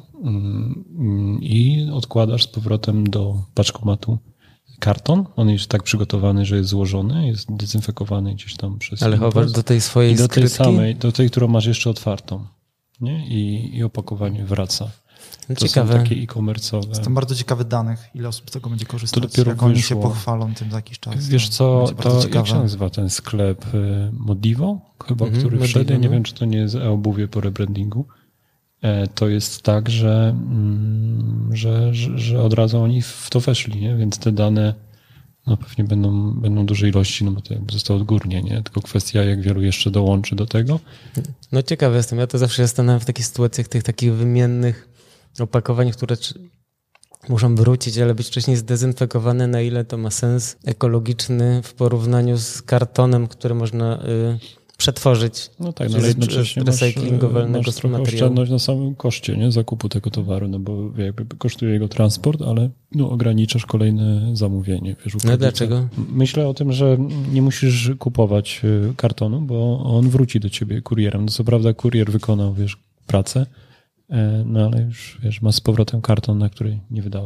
i odkładasz z powrotem do paczkomatu karton. On jest tak przygotowany, że jest złożony, jest dezynfekowany gdzieś tam przez... Ale chowasz do tej swojej I do tej skrytki? samej, do tej, którą masz jeszcze otwartą. Nie? I, i opakowanie wraca. No to ciekawe. są takie e-commerce'owe. Jestem bardzo ciekawy danych, ile osób z tego będzie korzystać. To dopiero jak oni wyszło. się pochwalą tym za jakiś czas. Wiesz co, to ciekawe. jak się nazywa ten sklep Modivo? Chyba, Mhm, który Modivo, wszedł. Ja nie no. wiem, czy to nie jest e-obuwie po rebrandingu. To jest tak, że, że, że, że od razu oni w to weszli, nie? Więc te dane no pewnie będą, będą duże ilości, no bo to jakby zostało odgórnie, nie? Tylko kwestia, jak wielu jeszcze dołączy do tego. No ciekawy jestem. Ja to zawsze się zastanawiam w takich sytuacjach tych takich wymiennych opakowań, które muszą wrócić, ale być wcześniej zdezynfekowane, na ile to ma sens ekologiczny w porównaniu z kartonem, który można y, przetworzyć. No tak, no ale jednocześnie masz, masz trochę materiału. oszczędność na samym koszcie, nie? Zakupu tego towaru, no bo jakby kosztuje jego transport, ale no, ograniczasz kolejne zamówienie. Wiesz, no dlaczego? Myślę o tym, że nie musisz kupować kartonu, bo on wróci do ciebie kurierem. No co prawda kurier wykonał, wiesz, pracę, no ale już, wiesz, masz z powrotem karton, na który nie wydałeś.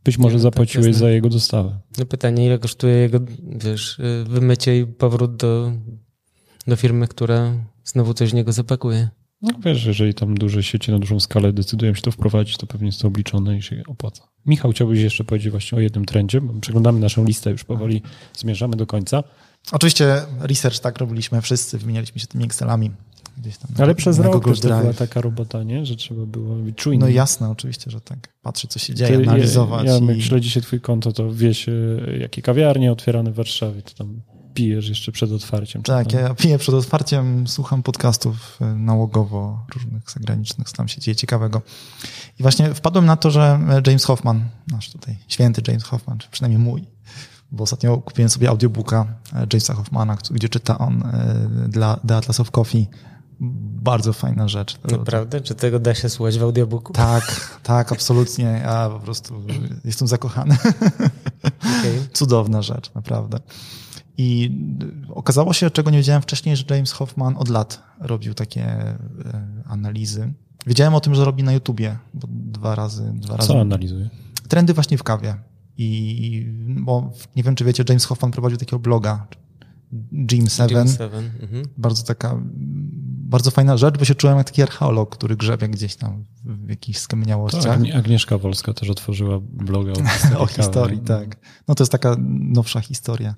Być może Nie, zapłaciłeś tak za jego dostawę. No pytanie, ile kosztuje jego, wiesz, wymycie i powrót do, do firmy, która znowu coś z niego zapakuje. No wiesz, jeżeli tam duże sieci na dużą skalę decydują się to wprowadzić, to pewnie jest to obliczone i się opłaca. Michał, chciałbyś jeszcze powiedzieć właśnie o jednym trendzie, bo przeglądamy naszą listę, już powoli zmierzamy do końca. Oczywiście research tak robiliśmy wszyscy, wymienialiśmy się tymi Excelami. Gdzieś tam Ale na, przez na rok Google też to była Drive. taka robota, nie? Że trzeba było być czujnym. No jasne, oczywiście, że tak. Patrzeć, co się dzieje, Ty, analizować. Ja, ja i... jak śledzi się twój konto, to wie się, jakie kawiarnie otwierane w Warszawie, to tam pijesz jeszcze przed otwarciem. Tak, tam... ja piję przed otwarciem, słucham podcastów nałogowo różnych zagranicznych, co tam się dzieje ciekawego. I właśnie wpadłem na to, że James Hoffman, nasz tutaj święty James Hoffman, czy przynajmniej mój, bo ostatnio kupiłem sobie audiobooka Jamesa Hoffmana, gdzie czyta on dla The Atlas of Coffee. Bardzo fajna rzecz. Naprawdę? Czy tego da się słuchać w audiobooku? Tak, tak, absolutnie. Ja po prostu jestem zakochany. Okay. Cudowna rzecz, naprawdę. I okazało się, czego nie wiedziałem wcześniej, że James Hoffman od lat robił takie analizy. Wiedziałem o tym, że robi na YouTubie, bo dwa razy... Dwa razy... Co analizuje? Trendy właśnie w kawie. I bo nie wiem, czy wiecie, James Hoffman prowadził takiego bloga Jim Seven. Mhm. Bardzo taka, bardzo fajna rzecz, bo się czułem jak taki archeolog, który grzebie gdzieś tam w jakichś skamieniałościach. To Agnieszka Wolska też otworzyła bloga o, o historii, tak. No to jest taka nowsza historia.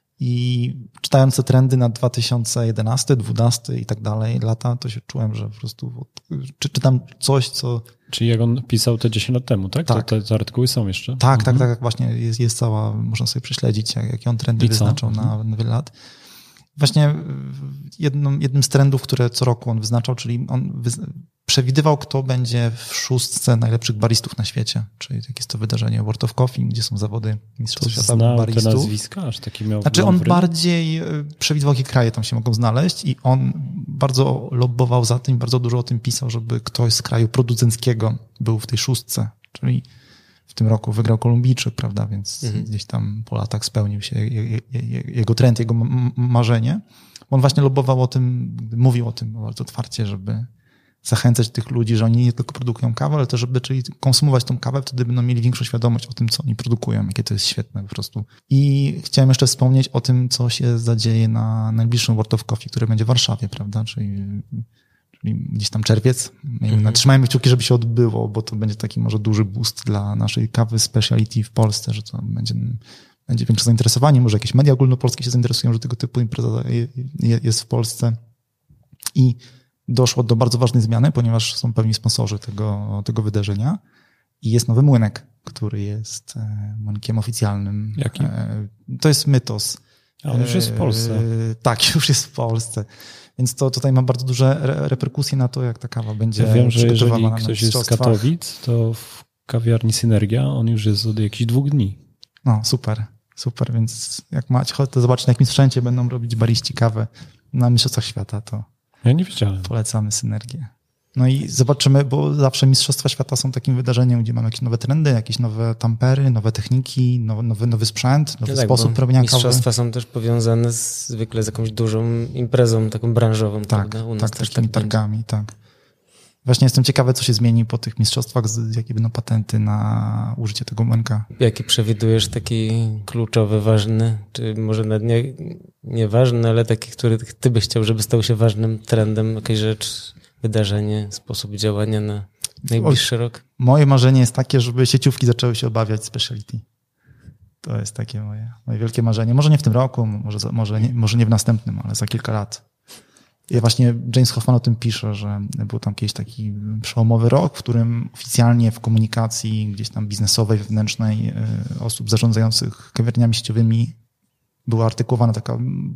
I czytając te trendy na dwa tysiące jedenasty, dwunasty i tak dalej lata, to się czułem, że po prostu czy, czytam coś, co... Czyli jak on pisał te dziesięć lat temu, tak? Tak. To te, te artykuły są jeszcze? Tak, mhm. tak, tak. Właśnie jest, jest cała, można sobie prześledzić, jak, jakie on trendy I wyznaczał na, na wiele lat. Właśnie jednym, jednym z trendów, które co roku on wyznaczał, czyli on wyz... przewidywał, kto będzie w szóstce najlepszych baristów na świecie. Czyli jak jest to wydarzenie World of Coffee, gdzie są zawody mistrzostw świata baristów. Te nazwiska, aż taki miał Znaczy on bardziej przewidywał, jakie kraje tam się mogą znaleźć i on bardzo lobbował za tym, bardzo dużo o tym pisał, żeby ktoś z kraju producenckiego był w tej szóstce. Czyli w tym roku wygrał Kolumbijczyk, prawda, więc mhm. gdzieś tam po latach spełnił się jego trend, jego marzenie. On właśnie lobbował o tym, mówił o tym bardzo otwarcie, żeby zachęcać tych ludzi, że oni nie tylko produkują kawę, ale też żeby czyli konsumować tą kawę, wtedy będą mieli większą świadomość o tym, co oni produkują, jakie to jest świetne po prostu. I chciałem jeszcze wspomnieć o tym, co się zadzieje na najbliższym World of Coffee, który będzie w Warszawie, prawda, czyli, czyli gdzieś tam czerwiec. Mhm. Trzymajmy kciuki, żeby się odbyło, bo to będzie taki może duży boost dla naszej kawy speciality w Polsce, że to będzie, będzie większe zainteresowanie, może jakieś media ogólnopolskie się zainteresują, że tego typu impreza jest w Polsce. I doszło do bardzo ważnej zmiany, ponieważ są pewni sponsorzy tego, tego wydarzenia i jest nowy młynek, który jest młynkiem oficjalnym. Jaki? To jest Mytos. A on już jest w Polsce. Tak, już jest w Polsce. Więc to tutaj ma bardzo duże reperkusje na to, jak ta kawa będzie ja wiem, że jeżeli na ktoś jest z Katowic, to w kawiarni Synergia on już jest od jakichś dwóch dni. No, super, super. Więc jak macie ochotę zobaczyć, na jakim sprzęcie będą robić bariści kawę na Mistrzostwach Świata, to ja nie wiedziałem. Polecamy Synergię. No i zobaczymy, bo zawsze Mistrzostwa Świata są takim wydarzeniem, gdzie mamy jakieś nowe trendy, jakieś nowe tampery, nowe techniki, nowy, nowy, nowy sprzęt, nowy no tak, sposób robienia kawy. Mistrzostwa są też powiązane z, zwykle z jakąś dużą imprezą, taką branżową, tak, prawda? U nas tak, też takimi tak targami, będzie. Tak. Właśnie jestem ciekawy, co się zmieni po tych mistrzostwach, jakie będą patenty na użycie tego młynka. Jaki przewidujesz taki kluczowy, ważny, czy może nawet nie, nie ważny, ale taki, który ty byś chciał, żeby stał się ważnym trendem, jakaś rzecz, wydarzenie, sposób działania na najbliższy rok? Moje marzenie jest takie, żeby sieciówki zaczęły się obawiać speciality. To jest takie moje, moje wielkie marzenie. Może nie w tym roku, może, może, nie, może nie w następnym, ale za kilka lat. I właśnie James Hoffman o tym pisze, że był tam kiedyś taki przełomowy rok, w którym oficjalnie w komunikacji gdzieś tam biznesowej, wewnętrznej osób zarządzających kawiarniami sieciowymi była artykułowana taka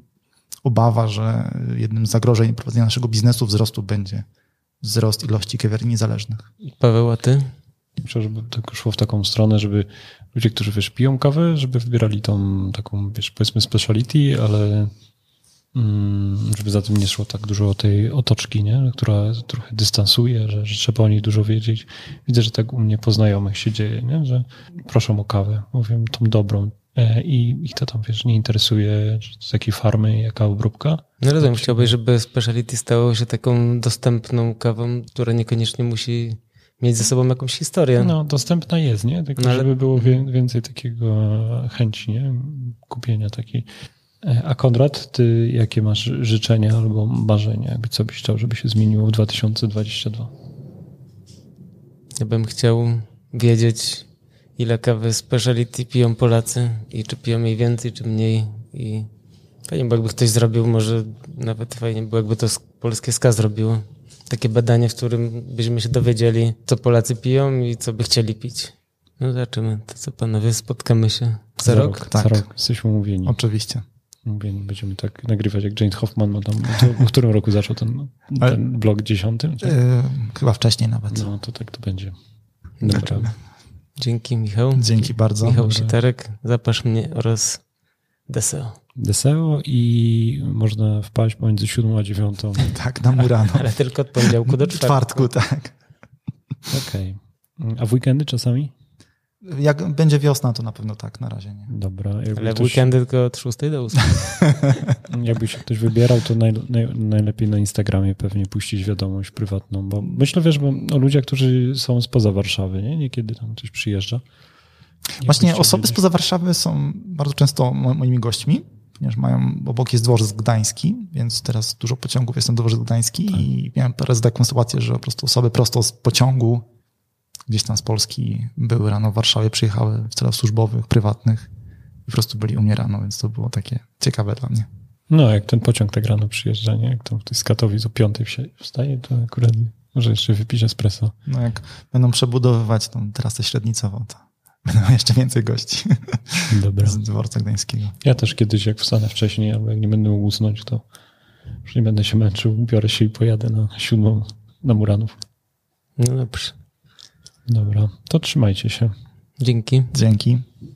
obawa, że jednym z zagrożeń prowadzenia naszego biznesu wzrostu będzie wzrost ilości kawiarni niezależnych. Paweł, a ty? Myślę, żeby to szło w taką stronę, żeby ludzie, którzy wiesz, piją kawę, żeby wybierali tą taką, wiesz, powiedzmy speciality, ale żeby za tym nie szło tak dużo tej otoczki, nie? Która trochę dystansuje, że, że trzeba o niej dużo wiedzieć. Widzę, że tak u mnie po znajomych się dzieje, nie? Że proszą o kawę, mówię tą dobrą i ich to tam, wiesz, nie interesuje z jakiej farmy, jaka obróbka. No rozumiem, chciałbyś, żeby speciality stało się taką dostępną kawą, która niekoniecznie musi mieć ze sobą jakąś historię. No, dostępna jest, nie? Tylko No, ale... żeby było wie, więcej takiego chęci, nie? Kupienia takiej. A Konrad, ty jakie masz życzenia albo marzenia? Jakby co byś chciał, żeby się zmieniło w dwa tysiące dwudziestym drugim? Ja bym chciał wiedzieć, ile kawy speciality piją Polacy i czy piją jej więcej, czy mniej. I fajnie było, jakby ktoś zrobił, może nawet fajnie było, jakby to polskie S K zrobiło. Takie badanie, w którym byśmy się dowiedzieli, co Polacy piją i co by chcieli pić. No zobaczymy. To co, panowie, spotkamy się za, za rok? rok? Tak. Za rok. Jesteśmy umówieni. Oczywiście. Umówieni. Będziemy tak nagrywać jak James Hoffman. Ma tam, to, w którym roku zaczął ten, ten blog? Dziesiątym? Yy, chyba wcześniej nawet. No to tak to będzie. Dobra. Dzięki, Michał. Dzięki bardzo. Michał Dobra. Sitarek, Zapasz mnie oraz Deseo. Deseo i można wpaść pomiędzy siódmą a dziewiątą. Tak, na Murano. Ale tylko od poniedziałku do W czwartku. czwartku, tak. Okej. Okay. A w weekendy czasami? Jak będzie wiosna, to na pewno tak, na razie nie. Dobra. Jakby Ale w ktoś, weekendy tylko od szóstej do ósmej. jakby się ktoś wybierał, to naj, naj, najlepiej na Instagramie pewnie puścić wiadomość prywatną, bo myślę, wiesz, bo o ludziach, którzy są spoza Warszawy, nie? Niekiedy tam ktoś przyjeżdża. Właśnie Jakbyście osoby wiedzieli. spoza Warszawy są bardzo często mo- moimi gośćmi, ponieważ mają, obok jest dworzec gdański, więc teraz dużo pociągów jest na dworzec gdański tak. I miałem teraz taką sytuację, że po prostu osoby prosto z pociągu gdzieś tam z Polski były rano w Warszawie, przyjechały w celach służbowych, prywatnych i po prostu byli u mnie rano, więc to było takie ciekawe dla mnie. No, jak ten pociąg tak rano przyjeżdża, nie? Jak tam ktoś z Katowic o piątej wstaje, to akurat może jeszcze wypić espresso. No jak będą przebudowywać tą trasę średnicową, to będą jeszcze więcej gości Dobra. z dworca gdańskiego. Ja też kiedyś, jak wstanę wcześniej, albo jak nie będę mógł usnąć, to już nie będę się męczył, biorę się i pojadę na siódmą na Muranów. No dobrze. Dobra, to trzymajcie się. Dzięki. Dzięki.